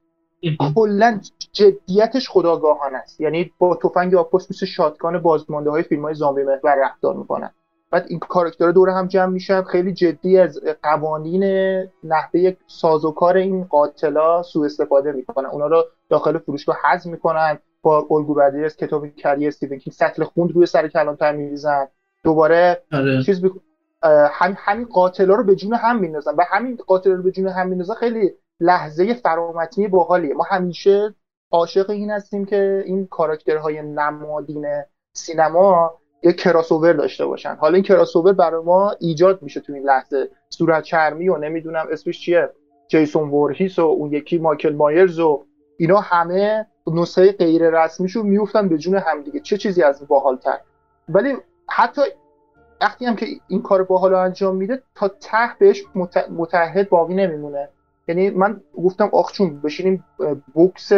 کلا جدیتش خودآگاهانه است، یعنی با تفنگ آپوس مثل شاتگان بازمانده های فیلم های زامبی محور رفتار میکنن. بعد این کاراکترها دور هم جمع میشن، خیلی جدی از قوانین نحوه سازوکار این قاتلا سوء استفاده میکنن، اونا رو داخل فروشگاه حذف میکنن، با الگوبرداری از کتاب کری استیون کینگ سطل خون روی سر کلانتر میریزن، دوباره آره. چیز بک... هم همین قاتلا رو به جون هم میندازن و همین قاتلا رو به جون هم میندازن. خیلی لحظه فرامتنی باحالیه. ما همیشه عاشق این هستیم که این کاراکترهای نمادین سینما یک کراسوور داشته باشن. حالا این کراسوور برای ما ایجاد میشه تو این لحظه. صورت چرمی و نمیدونم اسمش چیه، جیسون وورهیس و اون یکی مایکل مایرز و اینا همه نسخه غیر رسمیشون میافتن به جون هم دیگه. چه چیزی از این باحال‌تر. ولی حتی وقتی هم که این کار باحال رو انجام میده تا ته بهش متعهد باقی نمیمونه. یعنی من گفتم آخ چون بشینیم بوکس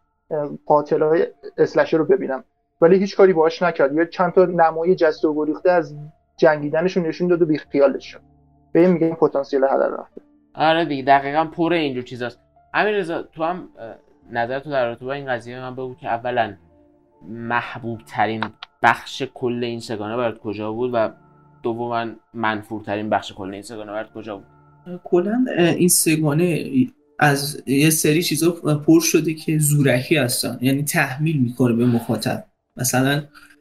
قاتلای اسلشر رو ببینم، ولی هیچ کاری باهاش نکرد. یه چند تا نمای جسته و گریخته از جنگیدنشون نشون داد و بی خیالش شد. به این میگم پتانسیل هدر رفته. آره دیگه دقیقاً پر اینجور چیزاست. امیررضا تو هم نظرتو در رابطه با این قضیه من بگو که اولا محبوب ترین بخش کل این سگانه برات کجا بود و دوما منفور ترین بخش کل این سگانه برات کجا بود؟ کلا این سگانه از یه سری چیزا پر شده که زورکی هستن، یعنی تحمیل میکنه به مخاطب. مثلا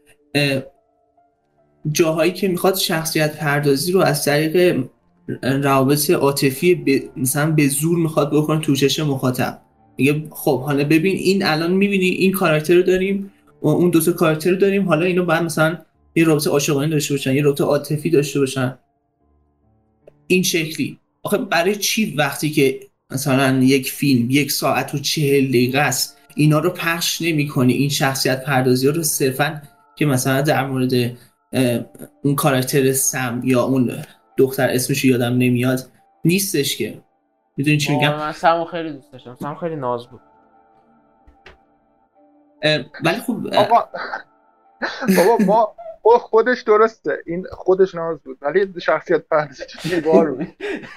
جاهایی که میخواد شخصیت پردازی رو از طریق روابط عاطفی ب... مثلا به زور میخواد بکنه تو چشم مخاطب. میگه خب حالا ببین این الان میبینی این کاراکتر رو داریم و اون دو تا کاراکتر رو داریم، حالا اینو باید مثلا یه رابطه عاشقانه داشته باشن، یه رابطه عاطفی داشته باشن، این شکلی. آخه برای چی وقتی که مثلا یک فیلم یک ساعت و چهل دقیقه است اینا رو پخش نمی کنی، این شخصیت پردازی رو صرفا که مثلا در مورد اون کاراکتر سم یا اون دختر اسمش یادم نمیاد نیستش که میدونی چی میگم؟ من سمو خیلی دوست داشتم، سم خیلی ناز بود. ولی خب آقا بابا ما خودش درسته این خودش ناز بود ولی شخصیت پردازی دیوار بود.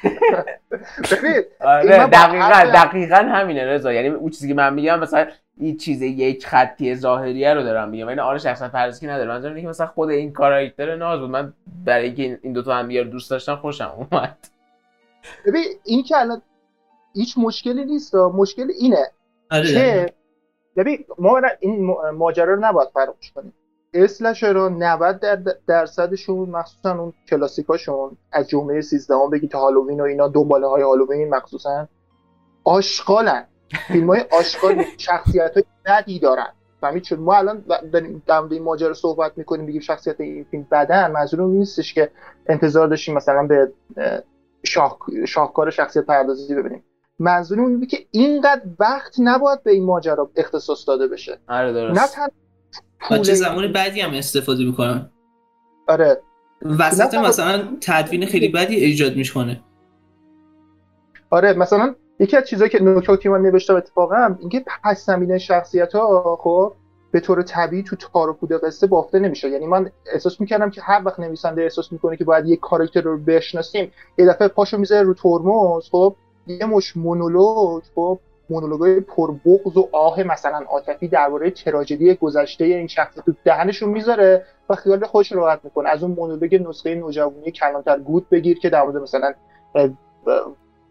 آره دقیقاً دقیقاً همینه رضا. یعنی اون چیزی که من میگم مثلا این چیز یک خطی ظاهریه رو دارم میگم، یعنی آره شخصیت پردازی که نداره. منظورم اینه که مثلا خود این کاراکتر ناز بود. من برای اینکه این دو تا هم دیگه رو دوست داشتم خوشم اومد. ببین این که الان هیچ مشکلی نیست، مشکل اینه که ببین ما این ماجرا رو نباید فراموش کنیم. اسلشرها نود درصدشون مخصوصا اون کلاسیکاشون از جمله سیزدهم بگی تا هالووین و اینا دنباله های هالووین مخصوصا آشغالن. فیلم های آشغال شخصیت های بدی دارن. فهمید شد؟ ما الان داریم در مورد این ماجرا صحبت میکنیم بگیم شخصیت این فیلم بدن، منظورم نیستش که انتظار داشتیم مثلا به شاه... شاهکار شخصیت پردازی ببینیم. منظورم اینه که اینقدر وقت نباید به این ماجرا اختصاص داده بشه. آره درست. نه تن... بچه زمان بعدی هم استفاده میکنن. آره وسط مثلا تدوین خیلی بدی ایجاد میکنه. آره مثلا یکی از چیزایی که نکاتی که من نوشتم اتفاقا اینکه پس زمینه شخصیت‌ها خب به طور طبیعی تو تار و پود قصه بافته نمیشه. یعنی من احساس میکردم که هر وقت نویسنده احساس میکنه که باید یک کاراکتر رو بشناسیم یه دفعه پاشو میذاره رو ترمز، خب یه مش مونولوگ، خب مونولوگای پربغض و آه مثلا عاطفی درباره تراژدی گذشته این شخص تو دهنشون میذاره و خیال خودش راحت میکنه. از اون مونولوگ نسخه نوجوانی کلانتر گود بگیر که در مورد مثلا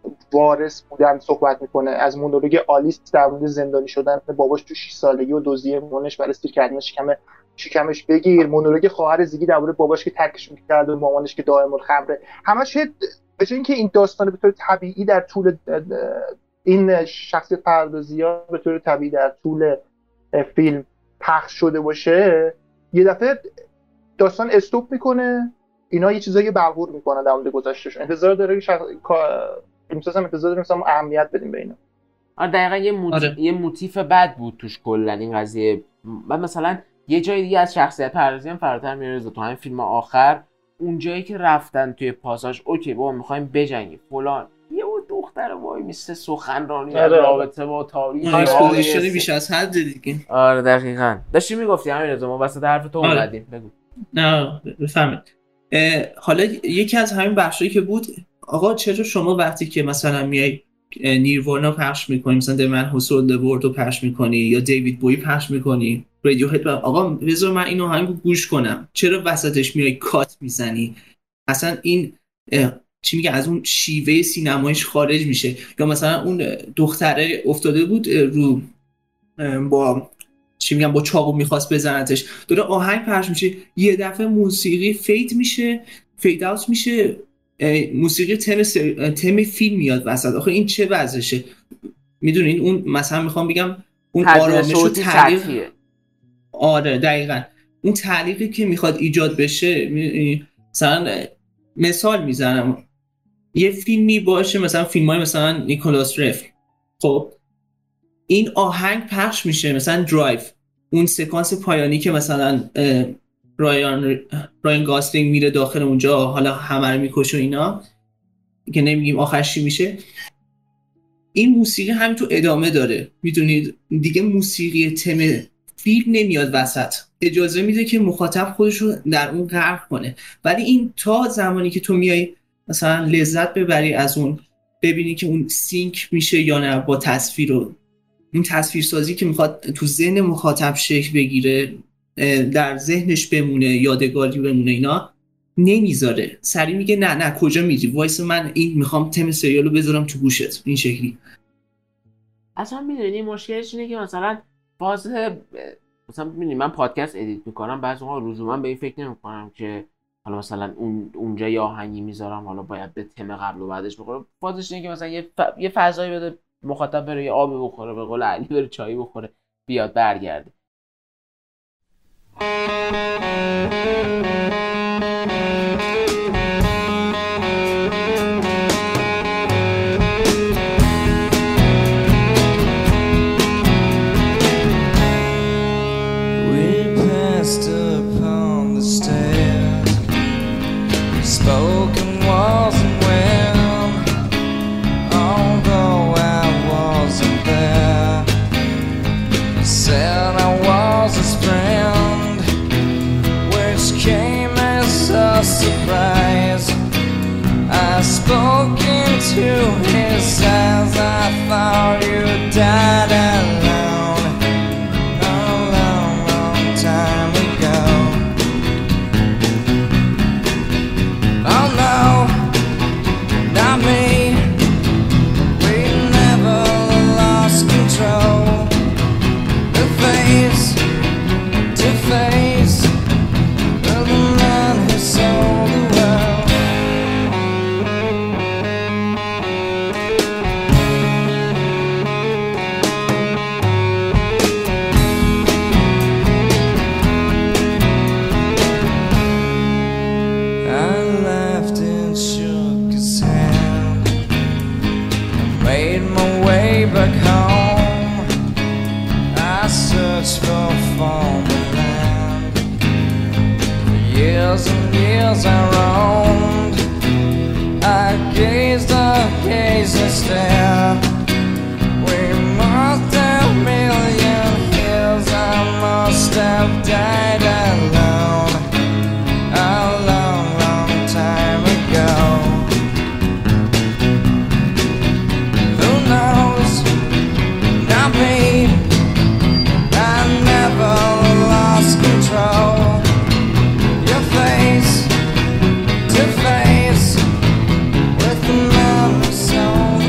وارث بودن صحبت میکنه، از مونولوگ آلیس در مورد زندانی شدن باباش تو شش سالگی و دزدی مونش برای سیر کردن شکم شکمش بگیر، مونولوگ خواهر زیگی در مورد باباش که ترکش میکرد و مامانش که دائم الخمره. همش به جای اینکه این داستان به طور طبیعی در طول این شخصیت پردازی‌ها به طور طبیعی در طول فیلم پخش شده باشه، یه دفعه داستان استوب میکنه، اینا یه چیزایی بلغور میکنن در مورد گذشتهشون. انتظار داره که شخص فیلمساز هم انتظار داره مثلا اهمیت بدیم به اینا. آره دقیقاً یه موت... آره. یه موتیف بد بود توش کلا این قضیه. بعد مثلا یه جای دیگه از شخصیت پردازی هم فراتر میره تو همین فیلم آخر، اون جایی که رفتن توی پاساژ اوکی بابا میخوایم بجنگیم فلان، یه اون دختر وای میسته سخنرانی رابطه با تاریخ اکسپوزیشن بیش از حد دیگه. آره دقیقاً. داشتی میگفتی همین رضا، ما وسط حرف تو اومدیم. بگو. نه بفهمید. حالا یکی از همین بخشایی که بود، آقا چرا شما وقتی که مثلا میای نیروانا پخش میکنی، مثلا د من حسول دورد رو پخش میکنی یا دیوید بوی پخش میکنی، رادیو هد، آقا بذار من اینو آهنگو گوش کنم، چرا وسطش میای کات میزنی؟ اصلا این چی میگه از اون شیوه سینمایش خارج میشه. یا مثلا اون دختره افتاده بود رو با چی میگم با چاقو میخواست بزنتش، داره آهنگ پخش میشه، یه دفعه موسیقی فید میشه، فید اوت میشه، موسیقی تم سر... تم فیلم میاد وسط. آخه این چه وضعشه؟ میدونین اون مثلا میخوام بگم اون آرامش و تعلیق، آره دقیقاً اون تعلیقی که میخواد ایجاد بشه. مثلا مثال میزنم، یه فیلمی باشه مثلا فیلمای مثلا نیکولاس رف، خب این آهنگ پخش میشه مثلا درایو، اون سکانس پایانی که مثلا رایان رایان گاسلینگ میره داخل اونجا، حالا همه رو میکشه اینا که نمیگیم آخرش چی میشه، این موسیقی همین تو ادامه داره. میدونید دیگه موسیقی تم فیلم نمیاد وسط، اجازه میده که مخاطب خودش رو در اون غرق کنه. ولی این تا زمانی که تو میای مثلا لذت ببری از اون، ببینی که اون سینک میشه یا نه با تصویر، رو این تصویرسازی که میخواد تو ذهن مخاطب شکل بگیره، در ذهنش بمونه، یادگاری بمونه، اینا نمیذاره. سری میگه نه نه کجا میری، وایس من این میخوام تم سریالو بذارم تو گوشت. این شکلی اصلا میدونی مشکلش اینه که مثلا فاز مثلا میدونی من پادکست ادیت میکنم، بعضی موقع لزوما به این فکر نمیکنم که حالا مثلا اون اونجا یه آهنگی میذارم حالا باید به تم قبل و بعدش بخوره. فازش اینه که مثلا یه ف... یه فضایی بده مخاطب بره یه آبی بخوره، به قول علی بره چایی بخوره، بیاد برگرده. Spoke into his eyes, I thought you died alone a long, long time ago. Oh no, not me, we never lost control. The face to face of the man who sold the world. Back home, I searched for former land. For years and years I roamed, I gazed, I gazed and stared. We must have million years, I must have died alone a long, long time ago. Who knows? Not me, I never lost control. Your face to face with the man who sold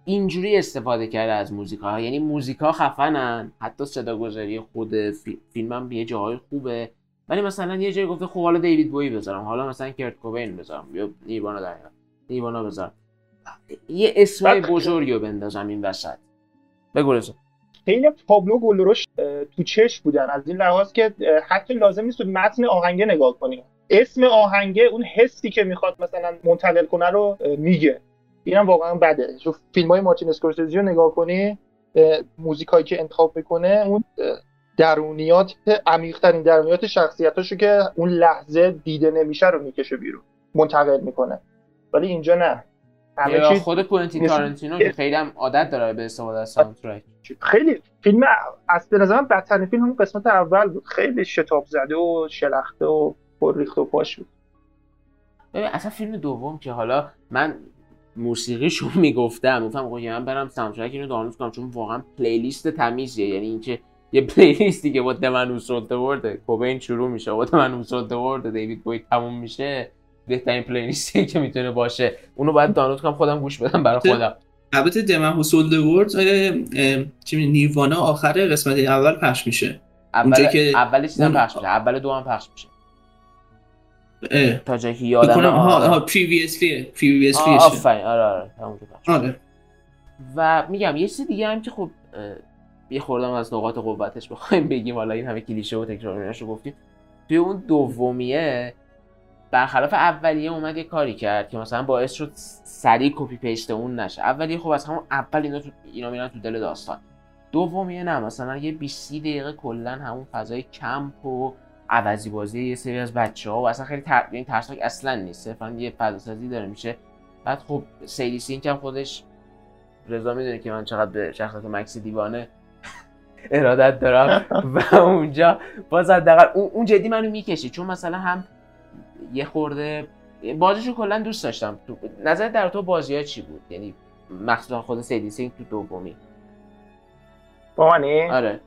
اینجوری استفاده کرده از موزیکا، یعنی موزیکا خفنن، حتی صداگذاری خود فی... فیلم هم یه جاهای خوبه، ولی مثلا یه جایی گفته خب حالا دیوید بویی بذارم، حالا مثلا کرت کوبین بذارم یا نیروانا در نیروانا بذارم، یه اسمای بزرگی رو بندازم این وسط. بگو رضا. خیلی تابلو گلدرش تو چشم بودن از این لحاظ که حتی لازم نیست تو متن آهنگه نگاه کنی، اسم آهنگه اون حسی که میخواد مثلا منتقل کنه رو میگه. اینم واقعا بده. چون فیلم‌های مارتین اسکورسیزی رو نگاه کنی، موزیکایی که انتخاب میکنه اون درونیات، عمیق‌ترین درونیات شخصیتاشو که اون لحظه دیده نمیشه رو میکشه بیرون، منتقل میکنه. ولی اینجا نه. یا خود کوئنتین تارانتینو که خیلی هم عادت داره به استفاده از ساوندترک. خیلی فیلم از به نظرم بدترین فیلم همون قسمت اول بود. خیلی شتاب زده و شلخته و پر ریخت و پاش بود. ببین اصلا فیلم دوم که حالا من موسیقیشو میگفتم، گفتم آقا من برم ساوندترک اینو دانلود کنم چون واقعا پلیلیست تمیزیه، یعنی اینکه یه پلیلیستی که با دمن وسولت ورد کوبین شروع میشه و دمن وسولت ورد دیوید بوی تموم میشه، بهترین پلیلیستی که میتونه باشه، اونو باید دانلود کنم خودم گوش بدم برای خودم. البته دمن وسولت ورد چی میگه نیروانا آخر قسمت اول پخش میشه. اول که اول چیزا پخش میشه، اول دو هم پخش میشه. اه. تا جایی که یادم ها ها پریویسلی پریویسلی آفرین آره آره همونجا پخش. آره. و میگم یه چیز دیگه هم که خب یه خوردم از نقاط قوتش بخوایم بگیم، حالا این همه کلیشه و تکرارش گفتیم، توی اون دومیه برخلاف اولیه اومد یه کاری کرد که مثلا باعث شد سریع کپی پیست اون نشه. اولیه خب از همون اول اینا تو اینا میرن تو دل داستان. دومیه نه، مثلا یه بیست دقیقه کلا همون فضای کمپ و عوضی بازی یه سری از بچه‌ها و اصلا خیلی تر... یعنی ترسناک اصلا نیست، صرفا یه فضا سازی داره میشه. بعد خب سیدی سینک هم خودش، رضا میدونه که من چقدر به شخصیت مکس دیوانه ارادت دارم و اونجا باز حداقل اون اون جدی منو میکشید، چون مثلا هم یه خورده بازیشو کلا دوست داشتم. تو نظر در تو بازی‌ها چی بود؟ یعنی مخصوصا خود سیدی سینک تو دومی. با منی؟ آره.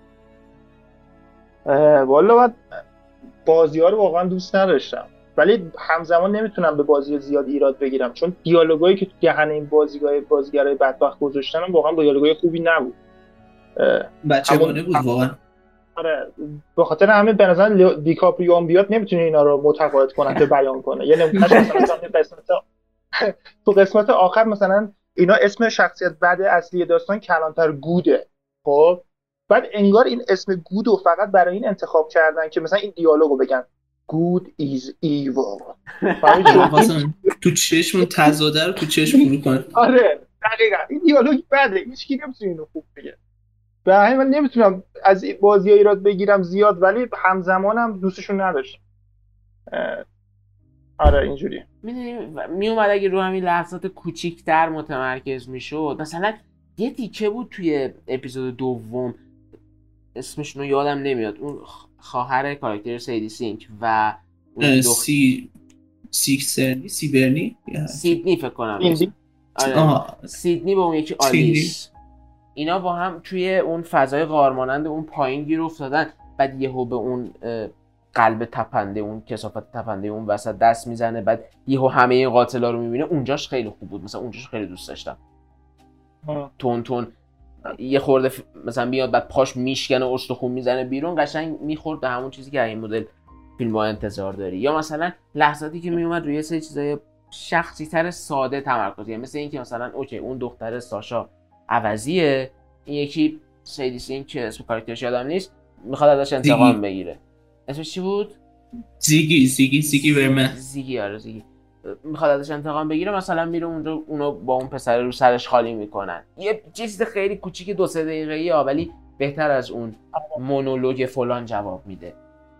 والا بازی‌ها رو واقعا دوست نداشتم، ولی همزمان نمیتونم به بازی زیاد ایراد بگیرم چون دیالوگایی که تو دهن این بازیگاه بازیگرای بدبخت گذاشتن هم واقعا دیالوگای خوبی نبود. بچگانه بود واقعا. آره به خاطر همین به نظر دیکاپریو هم بیاد نمیتونه اینا رو متقاعد کنه که بیان کنه. یه نمونهش مثلا قسمت تو قسمت آخر مثلا اینا اسم شخصیت بد اصلی داستان کلانتر گوده، خب بعد انگار این اسم گودو فقط برای این انتخاب کردن که مثلا این دیالوگو بگن good is evil. این... تو چشم تضاده رو تو چشم فرو کنه. آره دقیقاً این دیالوگ بده، هیچ کی نمیتونه اینو خوب بگه. به همین من نمیتونم از بازی‌ها ایراد بگیرم زیاد، ولی همزمانم دوستشون نداشتم. آره اینجوری میدونی می اومد اگه رو همین لحظات کوچیک‌تر متمرکز میشد. مثلا یه تیکه بود توی اپیزود دوم اسمشون رو یادم نمیاد، اون خواهر کاراکتر سیدی سینک و اون سی سیکسرنی سیبرنی سیدنی فکر کنم آره. سیدنی با اون یکی آلیس، اینا با هم توی اون فضای غارمانند اون پایین گیر افتادن، بعد یهو به اون قلب تپنده، اون کثافت تپنده اون وسط دست میزنه، بعد یهو همه این قاتلا رو میبینه. اونجاش خیلی خوب بود، مثلا اونجاش خیلی دوست داشتم. تون تون یه خورده ف... مثلا بیاد بعد پاش میشکنه استخون میزنه بیرون، قشنگ میخورد به همون چیزی که این مدل فیلم‌ها انتظار داری. یا مثلا لحظاتی که میومد روی سری چیزای شخصی تر ساده تمرکز، یعنی مثل اینکه مثلا اوکی اون دختر ساشا عوضیه، این یکی سیدی سینک که اسم کاراکترش یادم نیست میخواد ازش انتقام زیگی. بگیره. اسمش چی بود؟ زیگی زیگی زیگی برمن زیگی آره زیگی میخواد ازش انتقام بگیره، مثلا میره اونجا اونو با اون پسر رو سرش خالی میکنن. یه چیز خیلی کوچیک دو سه دقیقه‌ای ها، ولی بهتر از اون مونولوگ فلان جواب میده.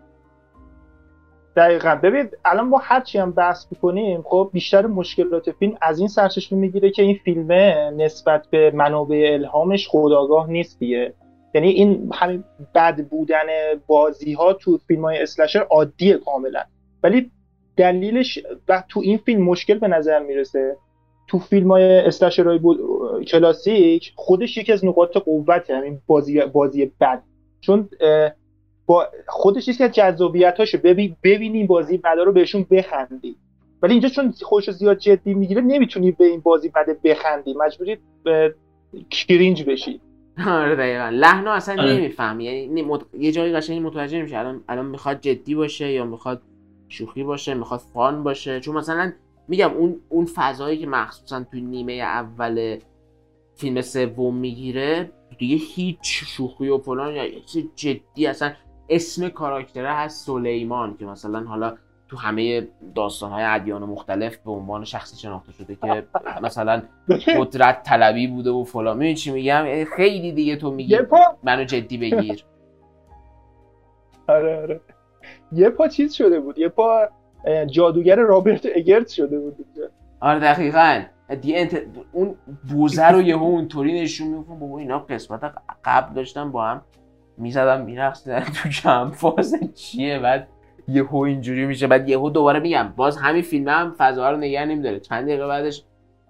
دقیقاً. ببین الان ما هر چی هم بحث میکنیم خب بیشتر مشکلات فیلم از این سرچشمه میگیره که این فیلمه نسبت به منابع الهامش خودآگاه نیست دیگه. یعنی این همین بد بودن بازی ها تو فیلم های اسلشر عادیه کاملا، ولی دلیلش و تو این فیلم مشکل به نظر میرسه. تو فیلم های اسلشر های کلاسیک خودش یکی از نقاط قوته همین بازی بازی بد، چون با خودش یکی از جذابیتاشه ببین ببینیم بازی بدا رو بهشون بخندی، ولی اینجا چون خودش زیاد جدی میگیره نمیتونی به این بازی بده بخندی، مجبوری کرینج بشی. آره دقیقاً لحنا اصلا آره. نمیفهمی، یعنی مت... یه جایی قشنگ متوجه نمیشه الان الان میخواد جدی باشه یا میخواد شوخی باشه، میخواد فان باشه. چون مثلا میگم اون اون فضایی که مخصوصا توی نیمه اول فیلم سوم میگیره دیگه هیچ شوخی و فلان یا چیز جدی، اصلا اسم کاراکتره هست سلیمان که مثلا حالا تو همه داستان‌های ادیان مختلف به عنوان شخصی شناخته شده که مثلا قدرت طلبی بوده و فلان. می‌دونی چی میگم؟ خیلی دیگه تو میگی یه پا منو جدی بگیر. آره آره یه پا چیز شده بود، یه پا جادوگر رابرت اگرت شده بود دیگه. آره دقیقاً دیگه انت... اون بوزه رو یهو اونطوری نشون میدن بابا اینا قسمت قبل داشتن با هم میزدن میرقصیدن تو کم فاز چیه، بعد یهو اینجوری میشه، بعد یهو دوباره میگم باز همین فیلم هم فضا رو نگه نمیداره، چند دقیقه بعدش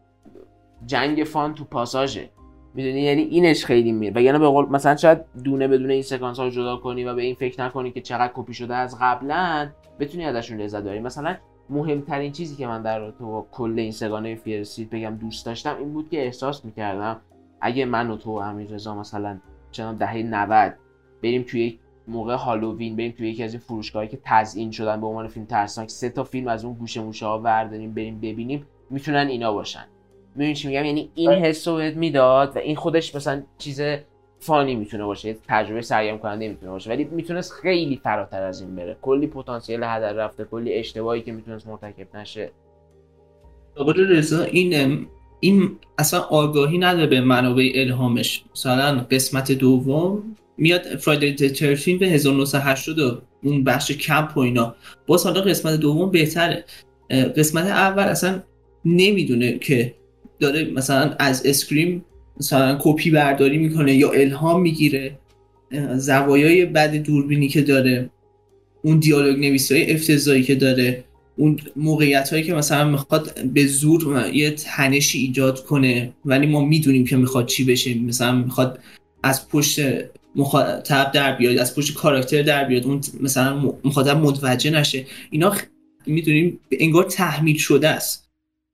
جنگ فان تو پاساژه، میدونی، یعنی اینش خیلی میره. و یعنی به قول مثلا شاید دونه بدونه این سکانس ها رو جدا کنی و به این فکر نکنی که چقدر کپی شده از قبلا، بتونی ازشون لذت ببری. مثلا مهمترین چیزی که من در رابطه با کل این سگانه فیر استریت بگم دوست داشتم این بود که احساس میکردم اگه من و تو و امیررضا مثلا چنان دهه نود بریم توی یک موقع هالووین بریم توی یکی از این فروشگاهایی که تزیین شدن به عنوان فیلم ترسناک، سه تا فیلم از اون گوشه موشه ها برداریم بریم ببینیم، میتونن اینا باشن. میدونی چی میگم؟ یعنی این حسو بهت میداد و این خودش مثلا چیز فانی میتونه باشه، تجربه سرگرم کننده میتونه باشه، ولی میتونست خیلی فراتر از این بره. کلی پتانسیل هدر رفته، کلی اشتباهی که میتونست مرتکب نشه. قول رضا این این اصلا آگاهی نداره به منابع الهامش. مثلا قسمت دوم میاد فرایدی دی ترتین به هزار و نهصد و هشتاد و اون بخش کمپ و اینا، باز حالا قسمت دوم بهتره. قسمت اول اصلا نمیدونه که داره مثلا از اسکریم مثلا کپی برداری میکنه یا الهام میگیره، زوایای بد دوربینی که داره، اون دیالوگ نویسی‌های افتضاحی که داره، اون موقعیت‌هایی که مثلا میخواد به زور یه تنشی ایجاد کنه ولی ما میدونیم که میخواد چی بشه، مثلا میخواد از پشت مخاطب در بیاد، از پشت کاراکتر در بیاد، اون مثلا مخاطب متوجه نشه. اینا خ... میدونیم انگار تحمیل شده است.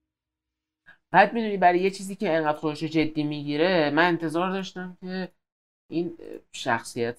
بعد میدونی برای یه چیزی که انقدر خودش رو جدی میگیره، من انتظار داشتم که این شخصیت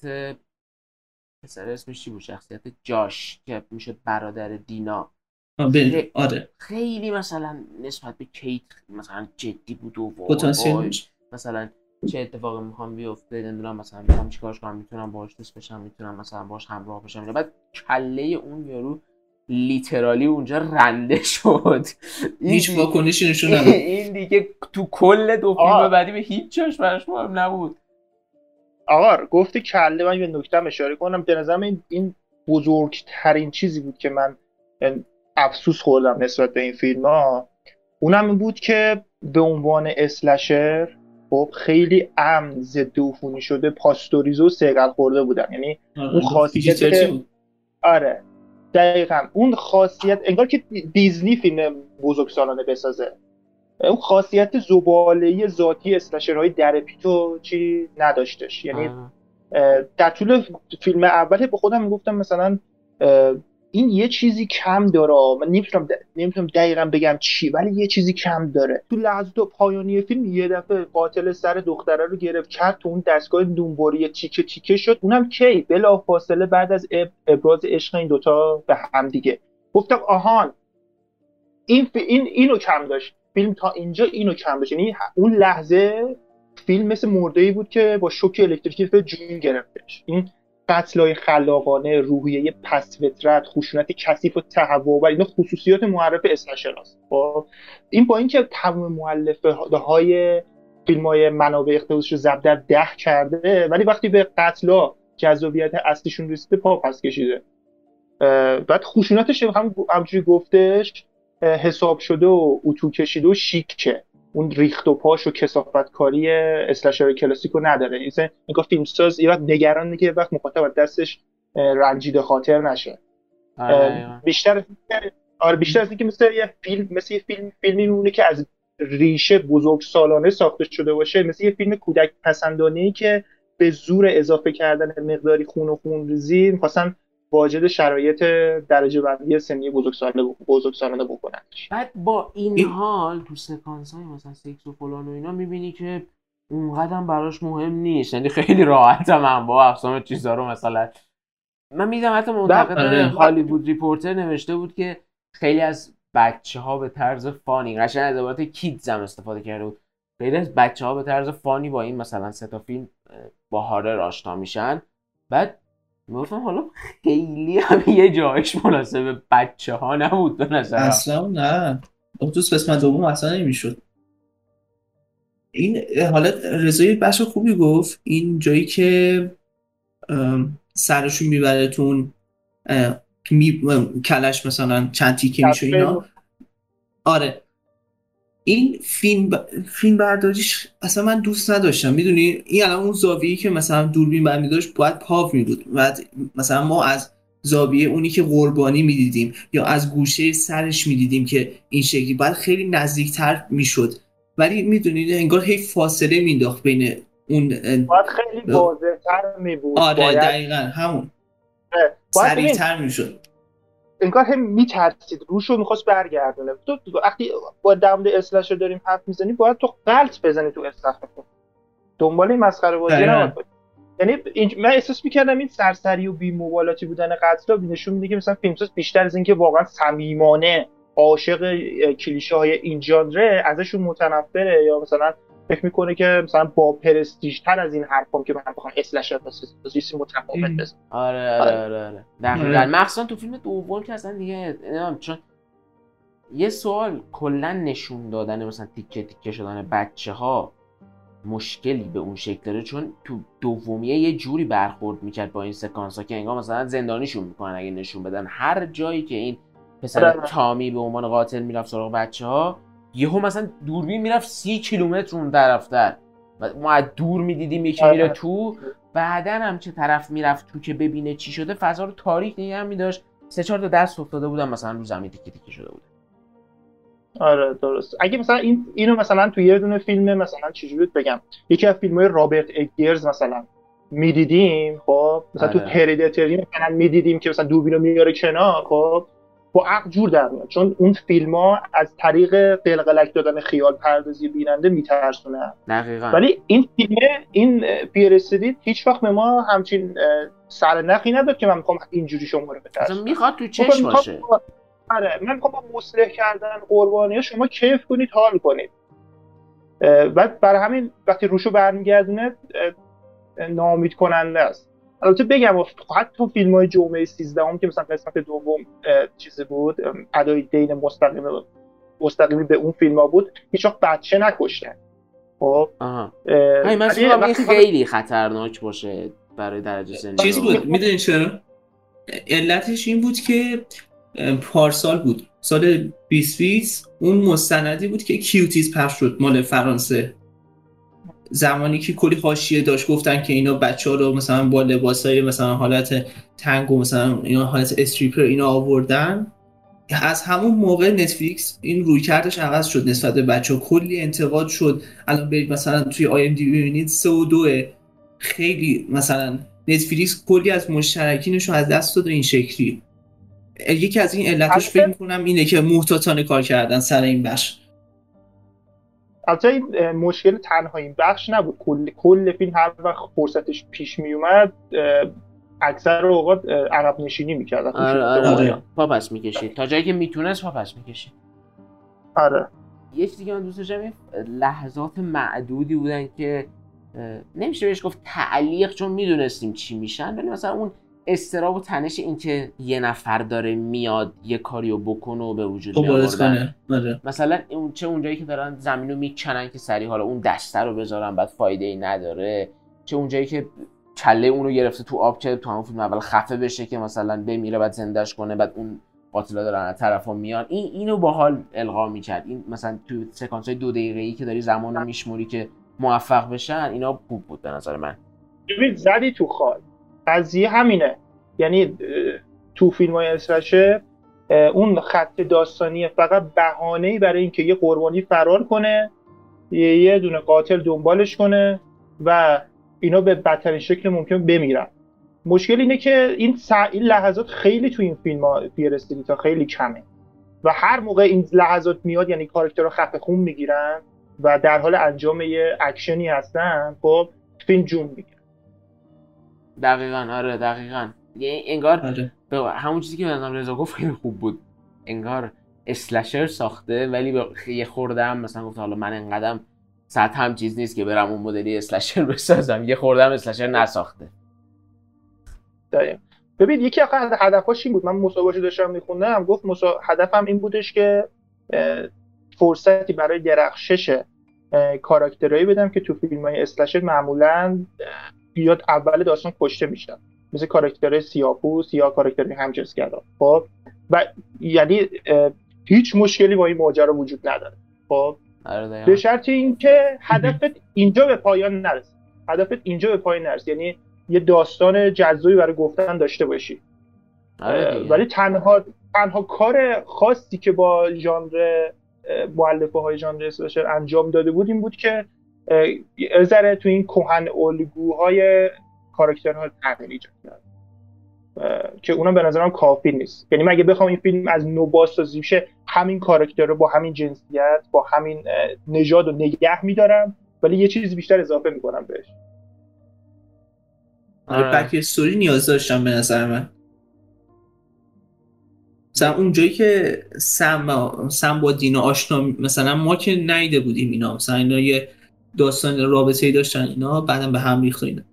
پسر اسمش چی بود، شخصیت جاش که میشه برادر دینا، بله آره خیلی مثلا نسبت به کیت مثلا جدی بود و پتانسیل مثلا چه اتفاقی میخوام بیفته، نمیدونم مثلا میخوام چیکارش کنم، میتونم باهاش دوست بشم، میتونم مثلا باهاش همراه بشم. بعد کله اون یارو لیترالی اونجا رنده شد، هیچ واکنشی نشون نداد. این دیگه تو کل دو فیلم بعدی به هیچ جاش براش مهم نبود. آقا گفتی کله، من یه نکته اشاره کنم. به نظرم این این بزرگترین چیزی بود که من افسوس خوردم نسبت به این فیلم ها، اونم این بود که به عنوان اسلشر خب خیلی امن، ضد عفونی شده، پاستوریزه و سیگل خورده بودن. یعنی اون خاصیت، آره دقیقاً اون خاصیت، انگار که دیزنی فیلم بزرگسالانه بسازه. اون خاصیت زباله‌ای ذاتی اسلشرهای در پیتو چی نداشتش. یعنی در طول فیلم اول به خودم میگفتم مثلا این یه چیزی کم داره، من نمیتونم نمیتونم دقیقاً بگم چی، ولی یه چیزی کم داره. تو لحظات پایانی فیلم یه دفعه قاتل سر دختره رو گرفت کرد تو اون دستگاه دونبوری تیکه تیکه شد، اونم کی بلافاصله بعد از ابراز عشق این دوتا به هم دیگه. گفتم آهان این این اینو کم داشت فیلم، تا اینجا اینو کم داشت. یعنی اون لحظه فیلم مثل مرده‌ای بود که با شوک الکتریکی جون گرفتش. این قتل‌های خلاقانه، روحیه پس فطرت، خشونت کثیف و تهوع و اینا خصوصیات معرف اسلشراست. خب این با اینکه تمام مؤلفه‌های فیلم‌های منابع اقتباسش رو ضرب در ده کرده، ولی وقتی به قتل‌ها جذابیت اصلیشون رسیده پا پس کشیده. بعد خشونتش هم همونجوری گفتش حساب شده و اتو کشیده و شیکه، اون ریخت و پاش و کثافتکاری اسلشر کلاسیکو نداره. مثلا اینکه فیلمساز یه وقت نگرانه که وقت مخاطب دستش رنجیده خاطر نشه. آره بیشتر آره بیشتر از اینکه مثلا یه فیلم مثل یه فیلم فیلمی میمونه که از ریشه بزرگسالانه ساخته شده باشه، مثل یه فیلم کودک پسندانه‌ای که به زور اضافه کردن مقداری خون و خونریزی می‌خواستن واجد شرایط درجه بندی سنی بزرگسالانه بزرگسالانه بکنن. بعد با این حال تو سکانس‌های مثلا سکس و فلان و اینا می‌بینی که اونقدر براش مهم نیست، یعنی خیلی راحتم من با اقسام چیزا رو مثلا من میدم. حتی منتقد هالیوود ریپورتر نوشته بود که خیلی از بچه ها به طرز فانی، قشنگ از عبارت کیدز هم استفاده کرده بود، خیلی از بچه ها به طرز فانی با این مثلا سه تا فیلم با هارر آشنا میشن. بعد میگفتم حالا خیلی هم یه جایش مناسب بچه ها نبود به نظرم. اصلا نه، اون تو قسمت دوم اصلا نمیشد. این حالت رضایی بخش خوبی گفت، این جایی که سرشو میبره تو اون می... کلش مثلا چند تیکه میشه اینا. آره این فیلم ب... فیلم برداریش اصلا من دوست نداشتم. میدونی این الان اون زاویه‌ای که مثلا دوربین برمی داشت باید پاو میبود و مثلا ما از زاویه اونی که قربانی میدیدیم یا از گوشه سرش میدیدیم که این شکلی باید خیلی نزدیکتر میشد، ولی میدونید انگار هی فاصله مینداخت بین اون. باید خیلی واضح‌تر میبود. آره باید... دقیقاً همون سریع‌تر میشد. انگار هم میترسید روشو میخواست برگردونه. تو وقتی با دمد اسلش رو داریم حرف میزنی باید تو غلط بزنی تو اسلش رو، دنبال این مسخره بازی نباید باشی. یعنی این... من احساس میکردم این سرسری و بی‌مبالاتی بودن قتلا نشون میده که مثلا فیلمساز بیشتر از اینکه واقعا صمیمانه عاشق کلیشه های این ژانر ازشون متنفره یا مثلا فکر میکنه که مثلا با پرستیژ تر از این حرفام که من بخوام اسلشر بسازم متفاوت بزنم. آره آره آره آره دقیقاً. مخصوصا تو فیلم دوم که اصلا دیگه نمیدونم چون یه سوال کلا نشون دادن مثلا تیکه تیکه شدن بچه‌ها مشکلی به اون شکل داره، چون تو دومیه یه جوری برخورد میکرد با این سکانس‌ها که انگار مثلا زندانیشون میکنن اگه نشون بدن. هر جایی که این پسر تامی به عنوان قاتل میرفت سراغ بچه‌ها یهو مثلا دوربین میرفت سی کیلومتر اون طرفتر و ما از دور میدیدیم یکی میره تو، بعدن هم چه طرف میرفت تو که ببینه چی شده، فضا رو تاریک نگه میداشت. سه چهار تا دست افتاده بودن مثلا رو زمین تیکه تیکه شده بود. آره درست. اگه مثلا این اینو مثلا تو یه دونه فیلم مثلا چجوری بگم یکی از فیلم‌های رابرت اگرز مثلا میدیدیم، خب مثلا آره. تو هریدیتری مثلا میدیدیم که مثلا دوربینو میاره کنار، خب با عقل جور در میاد، چون اون فیلم‌ها از طریق قلقلک دادن خیال پردازی بیننده میترسونه. دقیقاً. ولی این فیلم این پیرسیدید هیچ وقت به ما همچین سرنخی نداد که من میخوام اینجوری شماره بترسم. میخواد تو چشم باشه. آره من میخوام با مصلح کردن قربانی‌ها شما کیف کنید، حال کنید. بعد برای همین وقتی روشو برمیگردونه ناامید کننده است. البته بگم حتی فیلم‌های جمعه سیزدهم که مثلا قسمت دوم چیزی بود، ادای دین مستقیم مستقیمی به اون فیلم‌ها بود، هیچ وقت بچه نکشتن. خب آها همین مثلا این خیلی خطرناک باشه برای درجه سنی. چیز بود میدونین چرا؟ علتش این بود که پارسال بود سال بیست بیست اون مستندی بود که کیوتیز پخش شد مال فرانسه، زمانی که کلی حاشیه داشت گفتن که اینا بچه‌ها رو مثلا با لباسای مثلا حالت تنگ و مثلا اینا حالت استریپر اینا آوردن. از همون موقع نتفلیکس این رویکردش عوض شد نسبت به بچه‌ها، کلی انتقاد شد. الان برید مثلا توی آی ام دی بی ببینید سه و دو، خیلی مثلا نتفلیکس کلی از مشترکینش رو از دست داد این شکلی. یکی از این علتش فکر می‌کنم اینه که محتاطانه کار کردن سر این بخش. البته این مشکل تنها این بخش نبود، کل کل فیلم هر وقت فرصتش پیش می اومد اکثر اوقات عقب نشینی می‌کرد. آره آره, آره. پاپس می‌کشید تا جایی که میتونست پاپس می‌کشید. آره. یه چیزی که من دوست داشتم لحظات معدودی بودن که نمیشه بهش گفت تعلیق چون میدونستیم چی میشن، ولی مثلا اون استراب و تنش این که یه نفر داره میاد یه کاریو بکنه و به وجود میآوردن. مثلا اون چه اونجایی که دارن زمینو میکنن که سری حالا اون دسته رو بذارن بعد فایده ای نداره، چه اونجایی که کله اونو گرفته تو آب که تو همون فیلم اول خفه بشه که مثلا بمیره بعد زندهش کنه بعد اون قاتلا دارن از طرفا میان، این اینو باحال القا میکرد. این مثلا تو سکانس‌های دو دقیقه‌ای که داری زمانو میشموری که موفق بشن اینا خوب بود به نظر من. ببین زدی تو خال. قضیه همینه، یعنی تو فیلم‌های اسلشه اون خط داستانی فقط بهانه‌ای برای اینکه یه قربانی فرار کنه، یه دونه قاتل دنبالش کنه و اینا به بدترین شکل ممکن بمیرن. مشکل اینه که این سع... این لحظات خیلی تو این فیلم‌ها پیرستریتا خیلی کمه و هر موقع این لحظات میاد یعنی کاراکترها خفه خون میگیرن و در حال انجام یه اکشنی هستن، خب فیلم جون میگیره. دقیقاً آره دقیقاً یه انگار آره. همون چیزی که بنظرم رضا گفت خیلی خوب بود، انگار اسلشر ساخته ولی به یه خورده هم مثلا گفت حالا من انقدرم سطحم چیز نیست که برم اون مدلی اسلشر بسازم، یه خورده هم اسلشر نساخته. داریم. ببین یکی از هدفاش این بود، من مصاحبهشو داشتم میخوندم، گفت مسا... هدفم این بودش که فرصتی برای درخشش کاراکترایی بدم که تو فیلم‌های اسلشر معمولاً بیاد اول داستان کشته میشن، مثل کاراکترهای سیاه‌پوست یا کاراکترهای همجنسگرا. خب و یعنی هیچ مشکلی با این ماجرا وجود نداره. خب به شرط اینکه هدفت اینجا به پایان نرسه، هدفت اینجا به پایان نرسه، یعنی یه داستان جذابی برای گفتن داشته باشی. ولی تنها تنها کار خاصی که با ژانر مؤلفه های ژانر اسلشر انجام داده بود این بود که یه ذره تو این کهن الگوهای کاراکترها تغییر ایجاد کرد که اونم به نظرم کافی نیست. یعنی مگه بخوام این فیلم از نو بازسازی شه، همین کاراکترها با همین جنسیت با همین نژاد رو نگه می‌دارم ولی یه چیز بیشتر اضافه می‌کنم بهش. آره بک استوری نیاز داشتم به نظر من. مثلا اونجایی که سم سم با دینا آشنا، مثلا ما که ندیده بودیم اینا، مثلا اینا یه داستان رابطه‌ای داشتن اینا بعدم به هم ریخت اینا،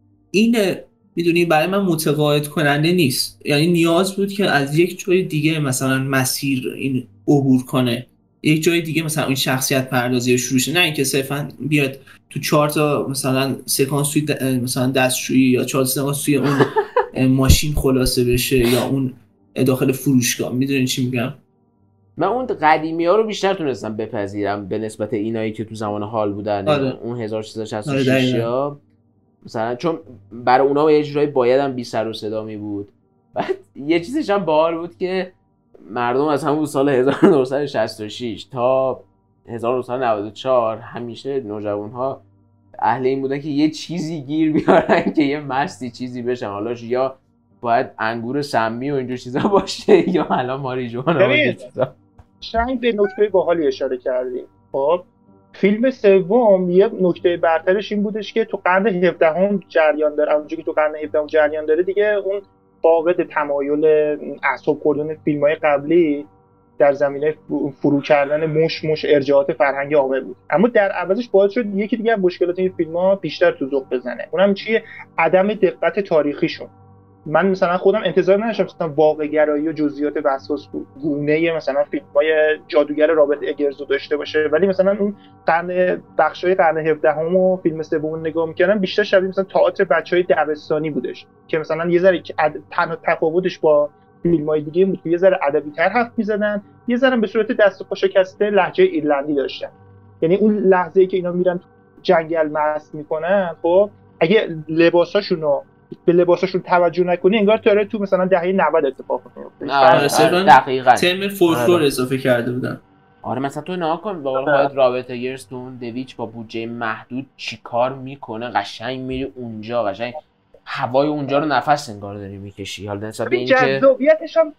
این میدونی برای من متقاعد کننده نیست. یعنی نیاز بود که از یک جای دیگه مثلا مسیر این عبور کنه، یک جای دیگه مثلا این شخصیت پردازی شروع شه، نه اینکه صرفا بیاد تو چهار تا مثلا سکانس توی مثلا دستشویی یا چهار تا سکانس توی اون ماشین خلاصه بشه یا اون داخل فروشگاه. میدونین چی میگم؟ من اون قدیمی ها رو بیشتر تونستم بپذیرم به نسبت اینایی که تو زمان حال بودن. آره. اون هزار و سیصد و شصت و شش یا مثلا، چون برای اونا یه جورایی باید هم بی سر و صدا می بود. بعد یه چیزش هم باحال بود که مردم از همون سال هزار و نهصد و شصت و شش تا هزار و نهصد و نود و چهار همیشه نوجوان‌ها اهل این بودن که یه چیزی گیر بیارن که یه مستی چیزی بشن، حالا یا باید انگور سمی و اینجور چیزا باشه یا حالا ماریجوانا و چیزا. شاید به نکته باحالی اشاره کردیم. خب فیلم سوم یه نکته برترش این بودش که تو قرن هفدهم جریان داره، اونجوری که تو قرن هفدهم جریان داره دیگه، اون فاقد تمایل اعصاب خوردن فیلم‌های قبلی در زمینه فرو کردن مش مش ارجاعات فرهنگی عامه بود، اما در عوضش باعث شد یکی دیگه از مشکلات این فیلم‌ها بیشتر تو ذوق بزنه. اونم چیه؟ عدم دقت تاریخیشون. من مثلا خودم انتظار نداشتم مثلا واقع گرایی و جزئیات وسواس گونه مثلا فیلم‌های جادوگر رابرت اگرزو داشته باشه، ولی مثلا اون قرن بخشای قرن هفدهم و فیلم سوم نگاه می‌کردم بیشتر شبیه مثلا تئاتر بچهای دبستانی بودش که مثلا یه ذره تنها تفاوتش با فیلم‌های دیگه بود، یه ذره ادبی‌تر حرف می‌زدن، یه ذره به صورت دست پا شکسته لهجه ایرلندی داشتن. یعنی اون لحظه‌ای که اینا میرن جنگل مست میکنن، خب اگه لباساشونو به لباساشون توجه نکنی انگار داره تو مثلا دهه نود اتفاق میفته. آره دقیقاً تم فولکلور اضافه کرده بودن. آره مثلا تو نگاه کن به قول خودت رابرت اگرز تو اون دویچ با بودجه محدود چیکار میکنه، قشنگ میری اونجا، قشنگ هوای اونجا رو نفس انگار داری میکشی. حالا نسبت به اینکه جذابیتش هم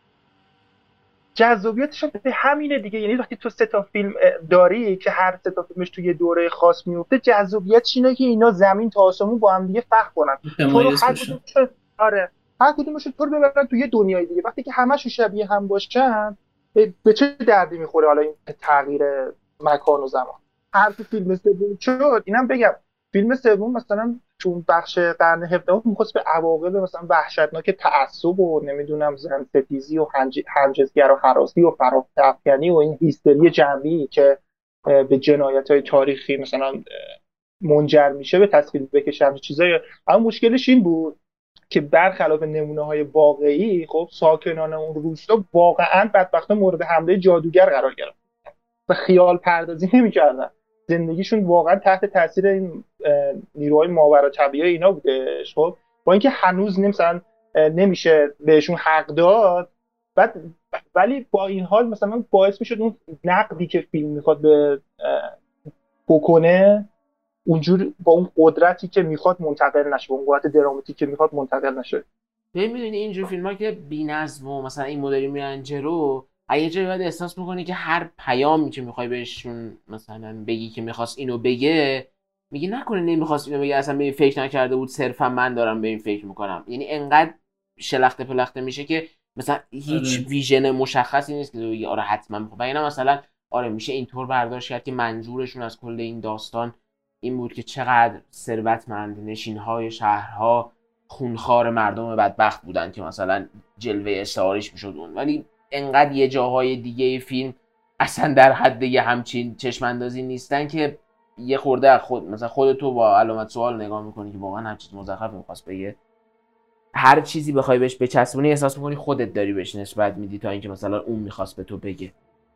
جذابیتش هم به همینه دیگه. یعنی وقتی تو سه تا فیلم داری که هر سه تا فیلمش تو یه دوره خاص میفته، جذابیتش اینه که اینا زمین تا آسمون با هم دیگه فرق کنن. تو رو هر کدومش آره هر کدومش تو رو ببرن تو یه دنیای دیگه. وقتی که همه‌شون شبیه هم باشن به چه دردی میخوره حالا این تغییر مکان و زمان؟ هر فیلم سوم شد اینم بگم فیلم سوم مثلا چون بخش قرن هفدهم می‌خواست به عواقب مثلا وحشتناک تعصب و نمیدونم زن ستیزی و همجنسگرا و هراسی و فرافکنی و این هیستری جمعی که به جنایت‌های تاریخی مثلا منجر میشه به تصویر بکشن چیزای. اما مشکلش این بود که برخلاف نمونه‌های واقعی، خب ساکنان اون روستا واقعاً بدبختان مورد حمله جادوگر قرار گرفتن و خیال پردازی نمی‌کردن. زندگیشون واقعا تحت تاثیر این نیروهای ماورالطبیعی اینا بودش. خب با اینکه هنوز مثلا نمیشه بهشون حق داد، بعد ولی با این حال مثلا باعث میشد اون نقدی که فیلم میخواد به بکنه اونجور با اون قدرتی که میخواد منتقل نشه، با اون قدرت دراماتیک که میخواد منتقل نشه. ببین میدونی اینجور فیلم‌ها که بی‌نظم و مثلا این مدلی میرن جلو، اگه جایی باید احساس میکنی که هر پیامی که میخوای بهشون مثلا بگی که میخواست اینو بگه، میگی نکنه نمیخواست اینو بگه، اصلا به این فکر نکرده بود، صرفا من دارم به این فکر میکنم. یعنی انقدر شلخته پلخته میشه که مثلا هیچ آره. ویژن مشخصی نیست که بگی آره حتما میخوام. و اینا مثلا آره میشه اینطور برداشت کرد که منظورشون از کل این داستان این بود که چقدر ثروتمند نشین‌های شهرها خونخوار مردم بدبخت بودن که مثلا جلوه استعاریش میشد اون. ولی انقدر یه جاهای دیگه فیلم اصلا در حد یه همچین چشماندازی نیستن که یه خورده خود مثلا خودت تو با علامت سوال نگاه میکنی که واقعا هر چیز مزخرفی می‌خواست بگه. هر چیزی بخوای بهش بچسبونی احساس میکنی خودت داری بهش نسبت میدی تا اینکه مثلا اون میخواست به تو بگه.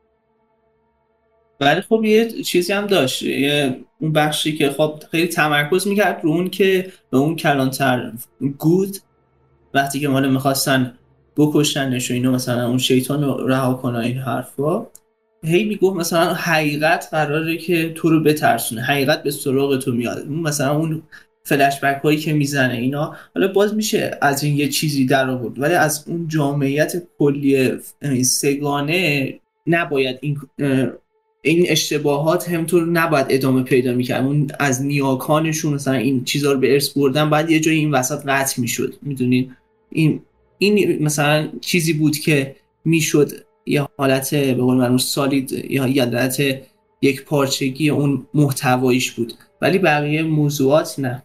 ولی خب یه چیزی هم داشت، یه اون بخشی که خب خیلی تمرکز میکرد رو اون که به اون کلانتر گود وقتی که مالا میخواستن بکشنش و اینو مثلا اون شیطان رو رها کنه این حرفا، هی میگفت مثلا حقیقت قراره که تو رو بترسونه، حقیقت به سراغ تو میاد. اون مثلا اون فلش بک هایی که میزنه اینا، حالا باز میشه از این یه چیزی در آورد، ولی از اون جامعیت کلی سگانه نباید این این اشتباهات همطور نباید ادامه پیدا میکرد. اون از نیاکانشون مثلا این چیزا رو به ارث بردن، بعد یه جایی این وسط قطع میشد. میدونین این این مثلا چیزی بود که میشد یه حالت به قول معروف سالید یا یه حالت یک پارچگی اون محتواییش بود، ولی بقیه موضوعات نه.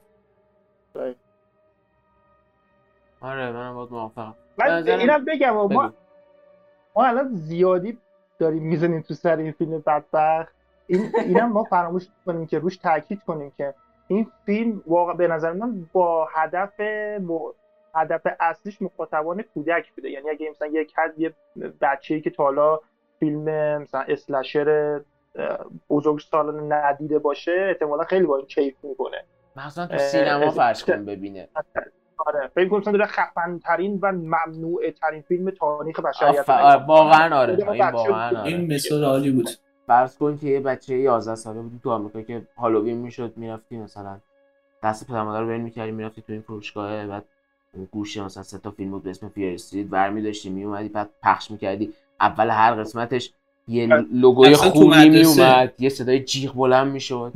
آره منم باید موافقم. من اینم بگم ما ما الان زیادی داریم میزنیم تو سر این فیلم بدبخت. این اینم ما فراموش کنیم که روش تاکید کنیم که این فیلم واقعا به نظر من با هدف م... هدف اصلیش مخاطبان کودک بوده. یعنی اگه مثلا یک حد یه بچه‌ای که تا حالا فیلم مثلا اسلشر بزرگسالانه ندیده باشه احتمالاً خیلی با این کیف میکنه، مثلا تو سینما فرض کن ببینه. آره فکر کنم مثلا داره خفن ترین و ممنوع ترین فیلم تاریخ بشریت. آره واقعا آره این واقعا آره. این مثال عالی بود. فرض کن که یه بچه یازده ساله بود تو آمریکا که هالووین میشد، میرفتی مثلا دست پدر مادر رو بین می‌کردی میرفتی تو این فروشگاه، بعد گوشه مثلا سه تا فیلم بود به اسم فیر استریت برمی داشتی میومدی بعد پخش می‌کردی. اول هر قسمتش یه لوگوی خوبی میومد، یه صدای جیغ بلند میشد.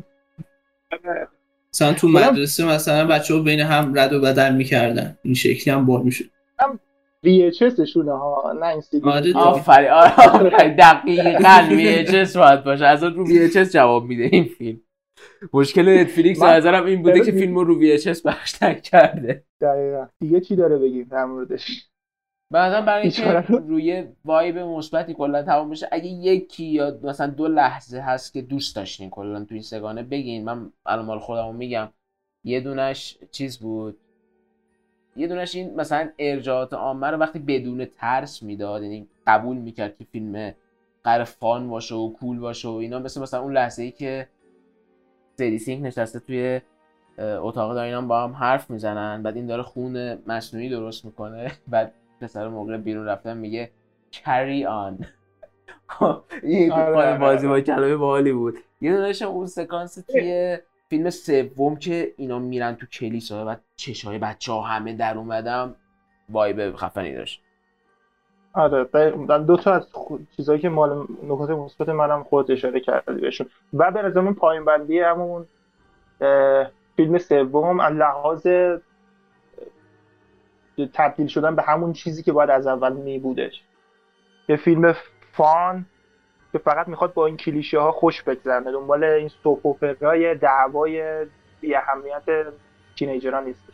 مثلا تو مدرسه مثلا بچه‌ها بین هم رد و بدل می‌کردن، این شکلی هم بار میشد. هم وی اچ اس شونه ها، نه این سی دی. آفرین آره دقیقاً وی اچ اس باید باشه. اصلا رو وی اچ اس جواب میده این فیلم. مشکل نتفلیکس از نظرم این بوده که فیلمو رو وی اچ اس پخش نکرده. دقیقاً. دیگه چی داره بگیم در موردش؟ بعضا برای اینکه روی وایب مثبتی کلا تمام بشه، اگه یکی یا مثلا دو لحظه هست که دوست داشتین کلا تو این سگانه بگین. من الان مال خودمو میگم. یه دونش چیز بود، یه دونش این مثلا ارجاعات عامه رو وقتی بدون ترس میداد، یعنی قبول میکرد که فیلم قرار فان باشه و کول باشه و اینا. مثل مثلا اون لحظه ای که سیدی سینک نشسته توی اتاق دارن اینا با هم حرف میزنن، بعد این داره خون مصنوعی درست میکنه، بعد پسر موقع بیرون رفتن میگه carry on. این خود بازی با کلمه باحالی بود. یه دونش اون سکانس توی فیلم سوم که اینا میرن تو کلیسا و چشای بچه‌ها همه در اومدم، وایب خفنی داشت. آره دو تا از چیزایی که مال نکات مثبت منم خودت اشاره کردی بهشون. و به نظر من پایین بندی همون فیلم سوم از لحاظ تبدیل شدن به همون چیزی که باید از اول می بودش، یه فیلم فان که فقط میخواد با این کلیشه ها خوش بگذرنه، دنبال این سوپ اپرای دعوای بی اهمیت تینیجرها نیستش.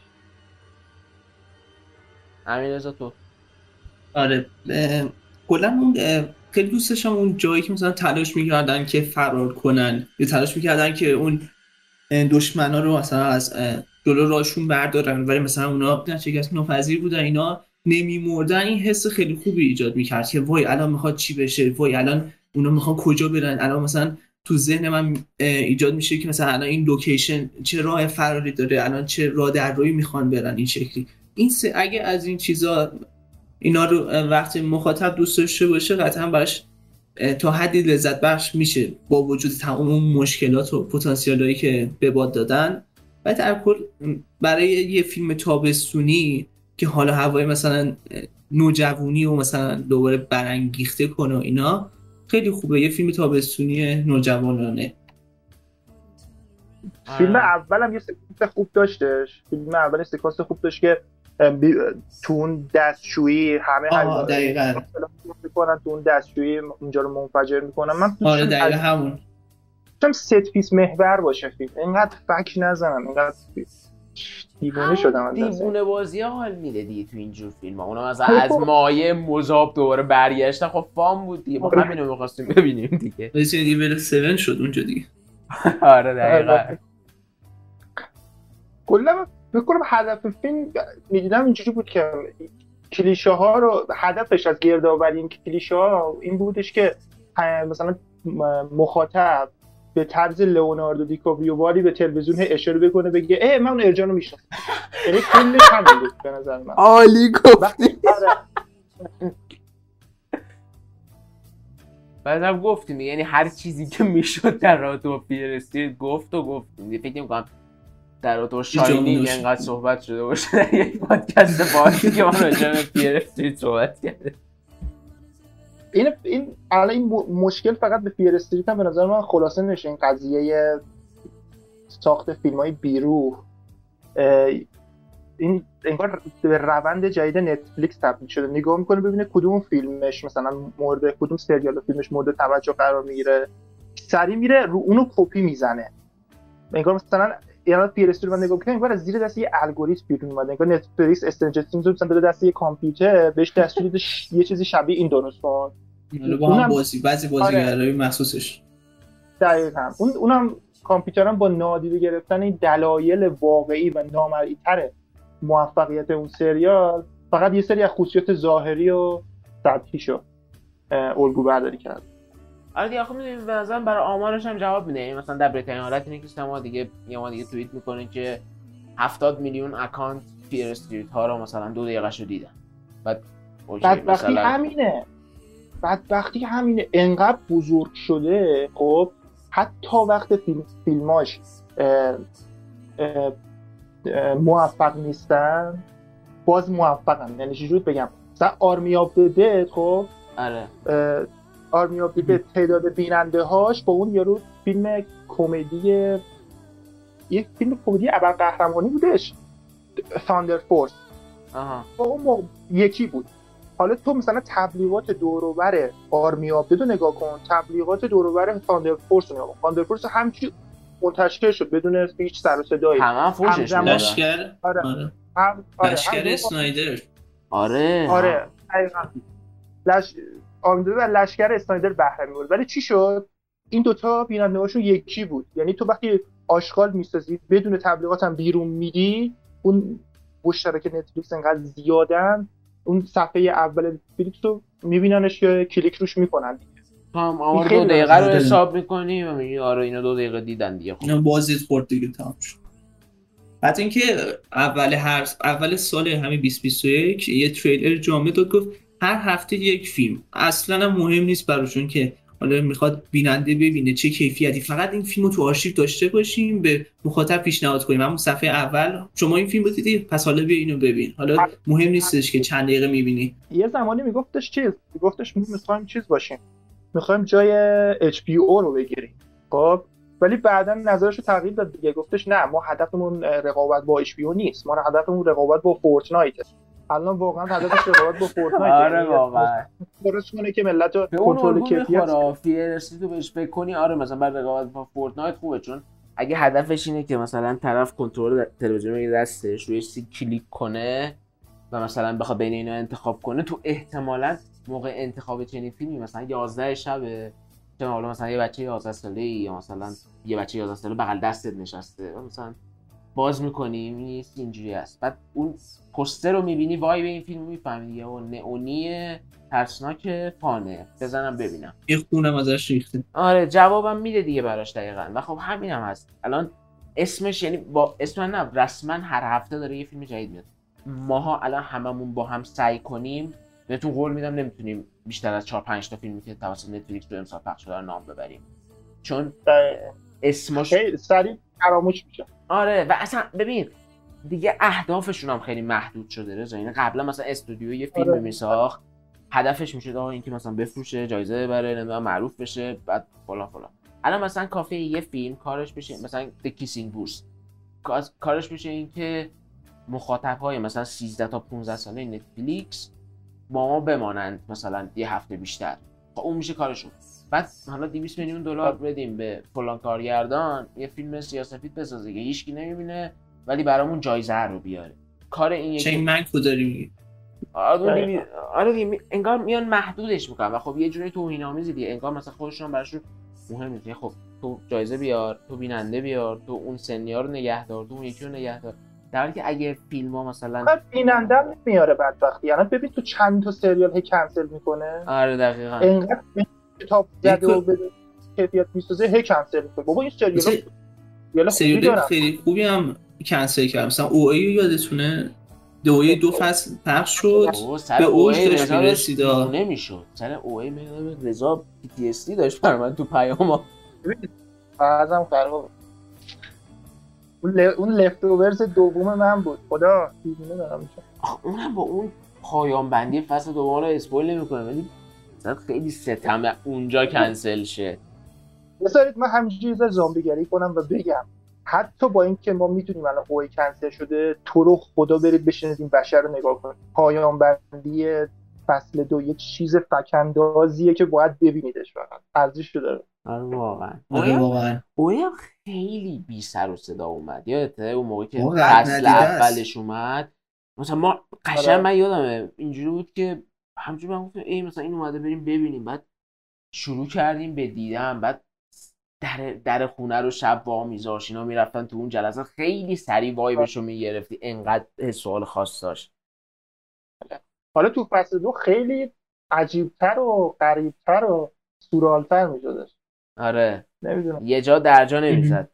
امیررضا تو؟ آره کلا اون خیلی دوست داشتم اون جایی که مثلا تلاش میکردن که فرار کنن یا تلاش میکردن که اون دشمنا رو مثلا از جلو راشون بردارن، ولی مثلا اونا شکست ناپذیر بودن، اینا نمیمردن. این حس خیلی خوبی ایجاد میکرد که وای الان میخواد چی بشه، وای الان اونا میخوان کجا برن. الان مثلا تو ذهن من ایجاد میشه که مثلا الان این لوکیشن چه راه فراری داره، الان چه راه در روی میخوان برن. این شکلی این سه اگه از این چیزا اینا رو وقتی مخاطب دوست داشته باشه قطعا براش تا حدی لذت بخش میشه با وجود تمام اون مشکلات و پتانسیلایی که به باد دادن. و در کل برای یه فیلم تابستونی که حالا هوای مثلا نوجوانی و مثلا دوباره برانگیخته کنه و اینا خیلی خوبه. یه فیلم تابستونی نوجوانانه. فیلم اولم یه سکانس خوب داشتش. فیلم اول سکانس خوب داشت که تو اون دستشویی همه آه دقیقاً میکنن تو اون دستشویی اونجا رو منفجر میکنن. من آره دقیقاً همون چون ست پیس محور باشه فیلم، اینقدر فک نزنم، اینقدر دیوونه شدم. دیوونه بازی ها حال میده دیگه تو اینجور فیلم ها. اونا مثلا از مایه مذاب دوباره برگشتن، خب فام بود دیگه، ما همینو می‌خواستیم ببینیم دیگه. رسیدن ایول هفت شد اونجا دیگه. آره دقیقاً. کلا فکر کنم هدف فیلم میدیدم اینجوری بود که کلیشه ها رو، هدفش از گردآوری این کلیشه ها این بودش که مثلا مخاطب به طرز لئوناردو دیکاپریو واری به تلویزیون اشاره بکنه بگه اه من اون ارجانو میشناسم. یعنی کلش همین بود به نظر من. عالی گفتی. بعدم گفتیم یعنی هر چیزی که میشد در رابطه با فیر استریت گفت و گفتیم. فکر نمی‌کنم در رابطه با شاینینگ انقدر صحبت شده باشه در یک پادکست بازی که ما راجع به فیر استریت صحبت کردیم. این این الان این مشکل فقط به فیر استریت هم به نظر من خلاصه نمیشه. این قضیه ساخت فیلم‌های بیروح این انگار به روند جدید نتفلیکس تبدیل شده. نگاه میکنه ببینه کدوم فیلمش مثلا مورد کدوم سریال و فیلمش مورد توجه قرار میگیره، سریع میره رو اونو کپی میزنه. انگار مثلا یعنی فیر استریت رو نگاه میکنه انگار از زیر دست یه الگوریتم بیرون اومده. انگار نتفلیکس استرنجر تینگز رو مثلا داده دست یه کامپیوتر، بهش دستور داده یه چیزی شبیه این درست کن. با هم بازی بعضی بازیگرای مخصوصش دقیقاً اون اونم کامپیوترم با نادیده گرفتن این دلایل واقعی و نامرئی‌تر موفقیت اون سریال فقط یه سری از خصوصیات ظاهری و سطحیشو الگو برداری کرد. آره دیگه خب می‌دونید به نظرم برای آمارش هم جواب میده. مثلا در بهترین حالت اینه که سما دیگه یه ما دیگه توییت میکنه که هفتاد میلیون اکانت فیر استریت ها رو مثلا دو دقیقه‌شو دیدن. بعد بعد وقتی مثلا... همینه بعد وقتی همینه انقدر بزرگ شده. خب حتی وقت فیلم فیلماش اه... اه... اه... موفق نیستن باز موفقن. یعنی چجوری بگم مثلا آرمی آف د دد خب آره آرمی آف د دد تعداد بیننده هاش با اون یارو فیلم کمدی یک فیلم کمدی ابرقهرمانی بودش تاندر فورس آها با اون موقع یکی بود. حالا تو مثلا تبلیغات دور و بر آرمی آف د دد نگاه کن، تبلیغات دور و بر تاندر فورس نگاه کن. تاندر فورس همچی منتشر شد بدون هیچ سر و صدایی. همه فوشش میدن. لشکر آره آره هم آره لشکر اسنایدر آره آره دقیقاً لش آمده و لشکر اسنایدر بهره می‌برد. ولی چی شد؟ این دوتا بیننده‌هاشون یکی بود. یعنی تو وقتی آشغال می‌سازی بدون تبلیغات هم بیرون میدی، اون مشترک نتفلیکس انقدر زیادن اون صفحه اول نتفلیکس رو می‌بیننش که کلیک روش می‌کنن. هم آمار دو دقیقه رو حساب می‌کنی و میگی آره اینا دو دقیقه دیدن دیگه. خب اینا بازی خورد دیگه تمام شد. حتی اینکه اول هر اول سال همین بیست بیست و یک یه تریلر جامع داد گفت هر هفته یک فیلم. اصلا مهم نیست براشون که حالا میخواد بیننده ببینه چه کیفیتی، فقط این فیلمو تو آرشیو داشته باشیم به مخاطب پیشنهاد کنیم. همون صفحه اول شما این فیلمو دیدی پس حالا بیا اینو ببین. حالا مهم نیستش که چند دقیقه میبینی. یه زمانی میگفتش چیز میگفتش میخوایم چیز باشیم، میخوایم جای اچ پی او رو بگیریم. خب ولی بعداً نظرشو تغییر داد دیگه. گفتش نه ما هدفمون رقابت با اچ پی او نیست، ما هدفمون رقابت با فورتنایت. الان واقعا هدفش رقابت با فورتنایت. آره واقعا درست کنه که ملت رو کنترل کیفیت فیر استریت رو بهش فکر کنی. آره مثلا برای رقابت با فورتنایت خوبه، چون اگه هدفش اینه که مثلا طرف کنترل تلویزیون رو دستش روی سی کلیک کنه و مثلا بخواد بین اینا انتخاب کنه، تو احتمالاً موقع انتخاب چنین فیلمی مثلا یازده شب چون حالا مثلا یه بچه یازده ساله‌ای یا مثلا یه بچه یازده ساله بغل دستت نشسته مثلا باز می‌کنی می‌بینی اینجوری است، بعد اون پوستر رو می‌بینی وای به این فیلمو می‌فهمی دیگه اون نئونی ترسناک فانه بزنم ببینم یه خونم ازش ریخته. آره جوابم میده دیگه براش دقیقاً. و خب همینم هم هست. الان اسمش یعنی با اسم نه رسما هر هفته داره یه فیلم جدید میاد. ماها الان هممون با هم سعی کنیم، بهتون قول میدم نمیتونیم بیشتر از چهار پنج تا فیلمی که توسط نتفلیکس تو امسال پخش شده رو نام ببریم، چون اسمش خیلی سریع فراموش میشه. آره و اصلا ببین دیگه اهدافشون هم خیلی محدود شده رضا. یعنی قبلا مثلا استودیو یه فیلم میساخت، هدفش میشه آقا اینکه مثلا بفروشه، جایزه ببره، نمیدونم معروف بشه، بعد فلان فلان. الان مثلا کافی یه فیلم کارش بشه مثلا The Kissing Booth، کارش بشه اینکه مخاطب‌های مثلا سیزده تا پانزده ساله نتفلیکس با ما بمانند مثلا یه هفته بیشتر. خب اون میشه کارشون. بعد حالا دویست میلیون دلار بدیم به فلان کارگردان یه فیلم سیاه‌سفید بسازه که هیچکی نمیبینه ولی برامون جایزه رو بیاره. کار این یکی چه من کداری میگی؟ آره آره انگار میان محدودش میکنن و خب یه جوری توهین‌آمیزی دیگه. انگار مثلا خودشون براشون مهم نیست. خب تو جایزه بیار، تو بیننده بیار، تو اون سنیا رو نگه دار، تو اون یکی رو نگه دار. در حالی که اگه فیلم‌ها مثلا خب بیننده هم نمیاره بدبختی. یعنی ببین تو چند تا سریال هی کنسل میکنه. آره دقیقاً. اینقدر کتاب زده و بده کیفیت میسازه هی کنسل میکنه. بابا این سریال یالا سریال خیلی خوبی هم کنسل کرد. مثلا او ای یادتونه دوی دو فصل پخش شد به اوج داشت میرسید نمیشد. سر او ای میاد رضا پی تی اس دی داشت بر من تو پیام. بعضم خراب اون ل... اون لفت اوورز دوم من بود. خدا دیوونه دارم میشه. اونم با اون پایان بندی فصل دوم رو اسپویل نمیکنه ولی مثلا خیلی ستمه اونجا کنسل شه. بذارید من همینجوری یه ذره زامبیگری کنم و بگم حتی با اینکه ما میتونیم الان اوی کنسل شده، تو رو خدا برید بشینید این بشر رو نگاه کنید. پایان بندی فصل دو یه چیز فکندازیه که باید ببینیدش. فقط ارزش داره. آره واقعا. آره واقعا. اویا خیلی بی سر و صدا اومد. یادته اون موقعی که فصل اولش اومد مثلا ما قشنگ من یادمه اینجوری بود که همونجوری من گفتم ای مثلا این اومده بریم ببینیم. بعد شروع کردیم به دیدن، بعد در در خونه رو شب وا میذاشت اینا میرفتن تو اون جلسه. خیلی سریع وایبشو میگرفتی، انقدر سوال خاص داشت. حالا تو فصل دو خیلی عجیبتر و غریبتر و سورالتر میشدش. آره نمیدونم یه جا در جا نمیزد.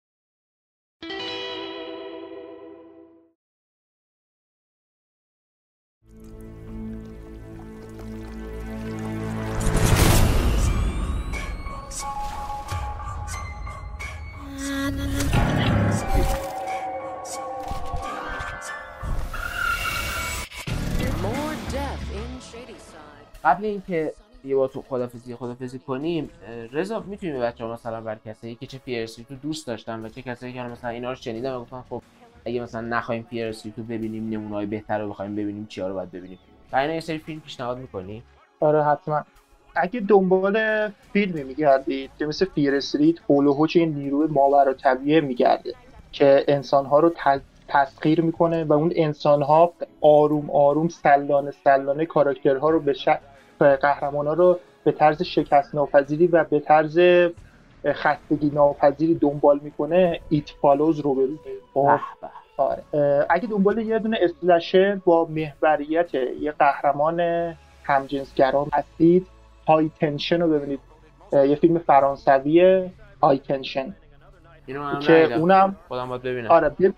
قبل اینکه یه با تو خدافظی خدافظی کنیم رضا میتونیم بچه‌ها مثلا بر کسایی که چه فیرسی تو دوست داشتن و چه کسایی که مثلا اینا رو شنیدن و گفتن خب اگه مثلا نخوایم فیرسی تو ببینیم نمونه‌های بهتر رو بخوایم ببینیم چیا رو باید ببینیم، برای اینا یه سری فیلم پیشنهاد می‌کنی؟ آره حتما. اگه دنبال فیلمی میگردید که مثل فیر استریت هول و هوچ این نیروی ماورالطبیعه میگرده که انسان‌ها رو تز... تسخیر میکنه و اون انسان‌ها آروم آروم سلانه سلانه کاراکترها رو به شکل قهرمان‌ها رو به طرز شکست ناپذیری و به طرز خستگی ناپذیری دنبال میکنه، ایت فالوز رو ببینید. آره. اگه دنبال یه دونه اسلشر با محوریت یه قهرمان همجنسگرا هستید، های تنشن رو ببینید. یه فیلم فرانسوی های تنشن که اونم خودم باید ببینم. آره بی...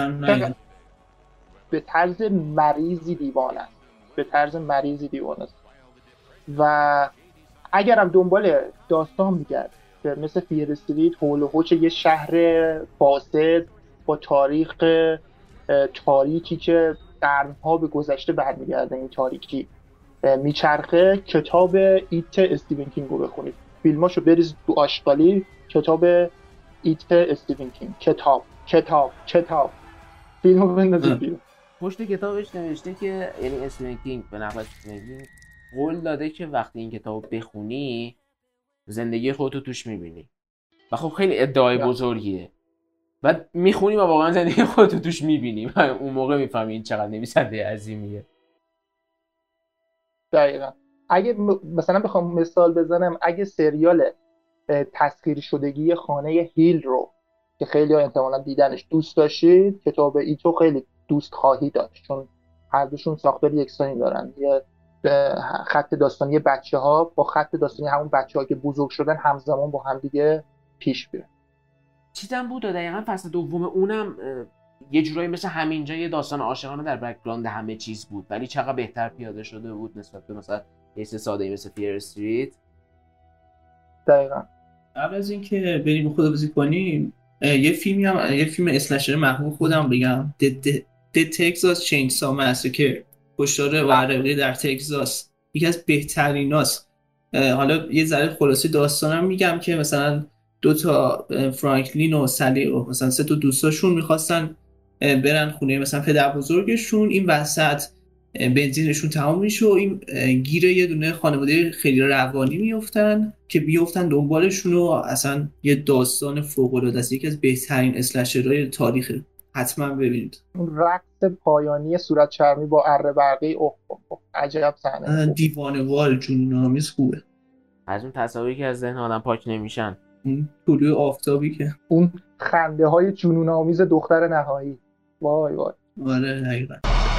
به طرز مریضی دیوانه است. به طرز مریضی دیوانه است. و اگرم دنبال داستان میگرد که مثل فیر استریت هول و هوچ یه شهر فاسد با تاریخ تاریکی که قرنها به گذشته برمیگرده، این تاریکی میچرخه، کتاب ایت استیون کینگ رو بخونید. فیلماشو بریز تو آشغالی. کتاب ایت استیون کینگ، کتاب کتاب کتاب فیلمو بندازید بیرون. پشت کتابش نوشته که یعنی استیون کینگ به نفع استیون کینگ قول داده که وقتی این کتابو بخونی زندگی خودتو توش میبینی. و خب خیلی ادعای بزرگیه. بعد میخونی و واقعا زندگی خودتو توش میبینی. اون موقع میفهمی این چقدر نویسنده عظیمیه. دقیقاً. اگه مثلا بخوام مثال بزنم، اگه سریال تسخیر شدگی خانه هیل رو که خیلی ها احتمالاً دیدنش دوست داشتید، کتاب ایتو خیلی دوست خواهی داشت، چون هر دوشون ساختار یکسانی دارن. یه خط داستانی بچه ها با خط داستانی همون بچه ها که بزرگ شدن همزمان با هم دیگه پیش بیرن. چیزم بود دقیقاً فصل دوم اونم یه جورایی مثل همینجا یه داستان عاشقانه در بک‌گراند همه چیز بود، ولی چقدر بهتر پیاده شده بود نسبت به مثلا یه ساده‌ای مثل فیر استریت. دقیقاً. قبل از اینکه بریم خداحافظی کنیم یه فیلمی هم یه فیلم اسلشر محبوب خودم بگم، د تگزاس چینسا مساکر، کشتار ورقه در تگزاس، یکی از بهتریناست. حالا یه ذره خلاصه داستانم میگم که مثلا دو تا فرانکلین و سلی و مثلا سه تا دوستاشون میخواستن برن خونه مثلا پدر بزرگشون، این وسط بنزینشون تمام میشه و این گیره یه دونه خانواده خیلی روانی میافتن که بیافتن دنبالشون و اصلا یه داستان فوق العاده است، یکی از بهترین اسلشرهای تاریخ، حتما ببینید. اون رقص پایانی صورت چرمی با اره برقی، اوه اوه عجب صحنه، دیوانه‌وار جنون‌آمیز خوبه. از اون تصاویری که از ذهن آدم پاک نمیشن، اون طلوع آفتابی که اون خنده های جنون‌آمیز دختر نهایی، وای وای. آره دقیقاً.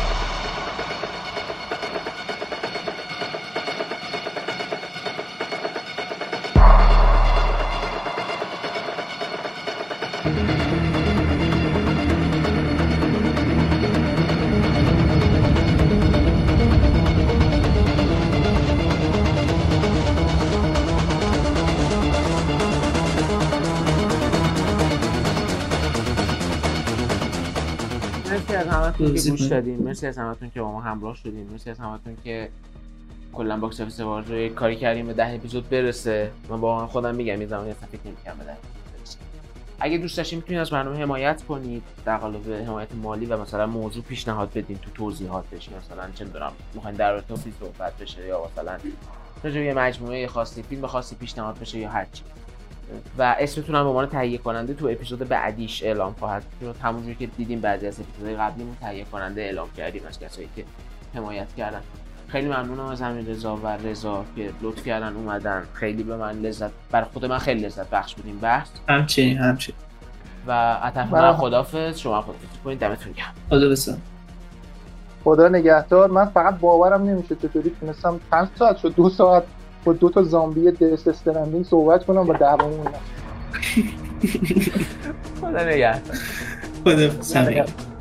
مرسی از همتون که گوش دادین، مرسی از همتون که با ما همراه شدین، مرسی از همتون که کلا باکس آفیس وارد رو کاری کردیم به ده اپیزود برسه. من با خودم میگم این زمانی اصلا فکر نمی‌کردم به ده اپیزود برسه. اگه دوست داشتین میتونید از برنامه حمایت کنید، در قالب حمایت مالی و مثلا موضوع پیشنهاد بدین تو توضیحاتش، مثلا چه می‌دونم می‌خواید در رابطه با فیلم صحبت بشه یا مثلا راجع به مجموعه خاصی فیلم خاصی پیشنهاد بشه یا هر چی. و اسمتون هم به عنوان تهیه کننده تو اپیزود بعدیش اعلام خواهد شد. همونجوری که دیدیم بعضی از اپیزودهای قبلیمون تهیه کننده اعلام کردیم از کسایی که حمایت کردن. خیلی ممنونم از امیررضا و رضا که لطف کردن اومدن، خیلی به من لذت، برای خود من خیلی لذت بخش بودیم بحث. همچنین همچنین. و اتفاقا خداحافظ، شما خداحافظ کنید، دمتون گرم. خدا بسن. خدا نگهدار. من فقط باورم نمیشه چطوری تونستم چند ساعت شد، دو ساعت با دو تا زامبی دست استرندینگ صحبت کنم و دعوامون. خدا نگهدار. خدا بسن.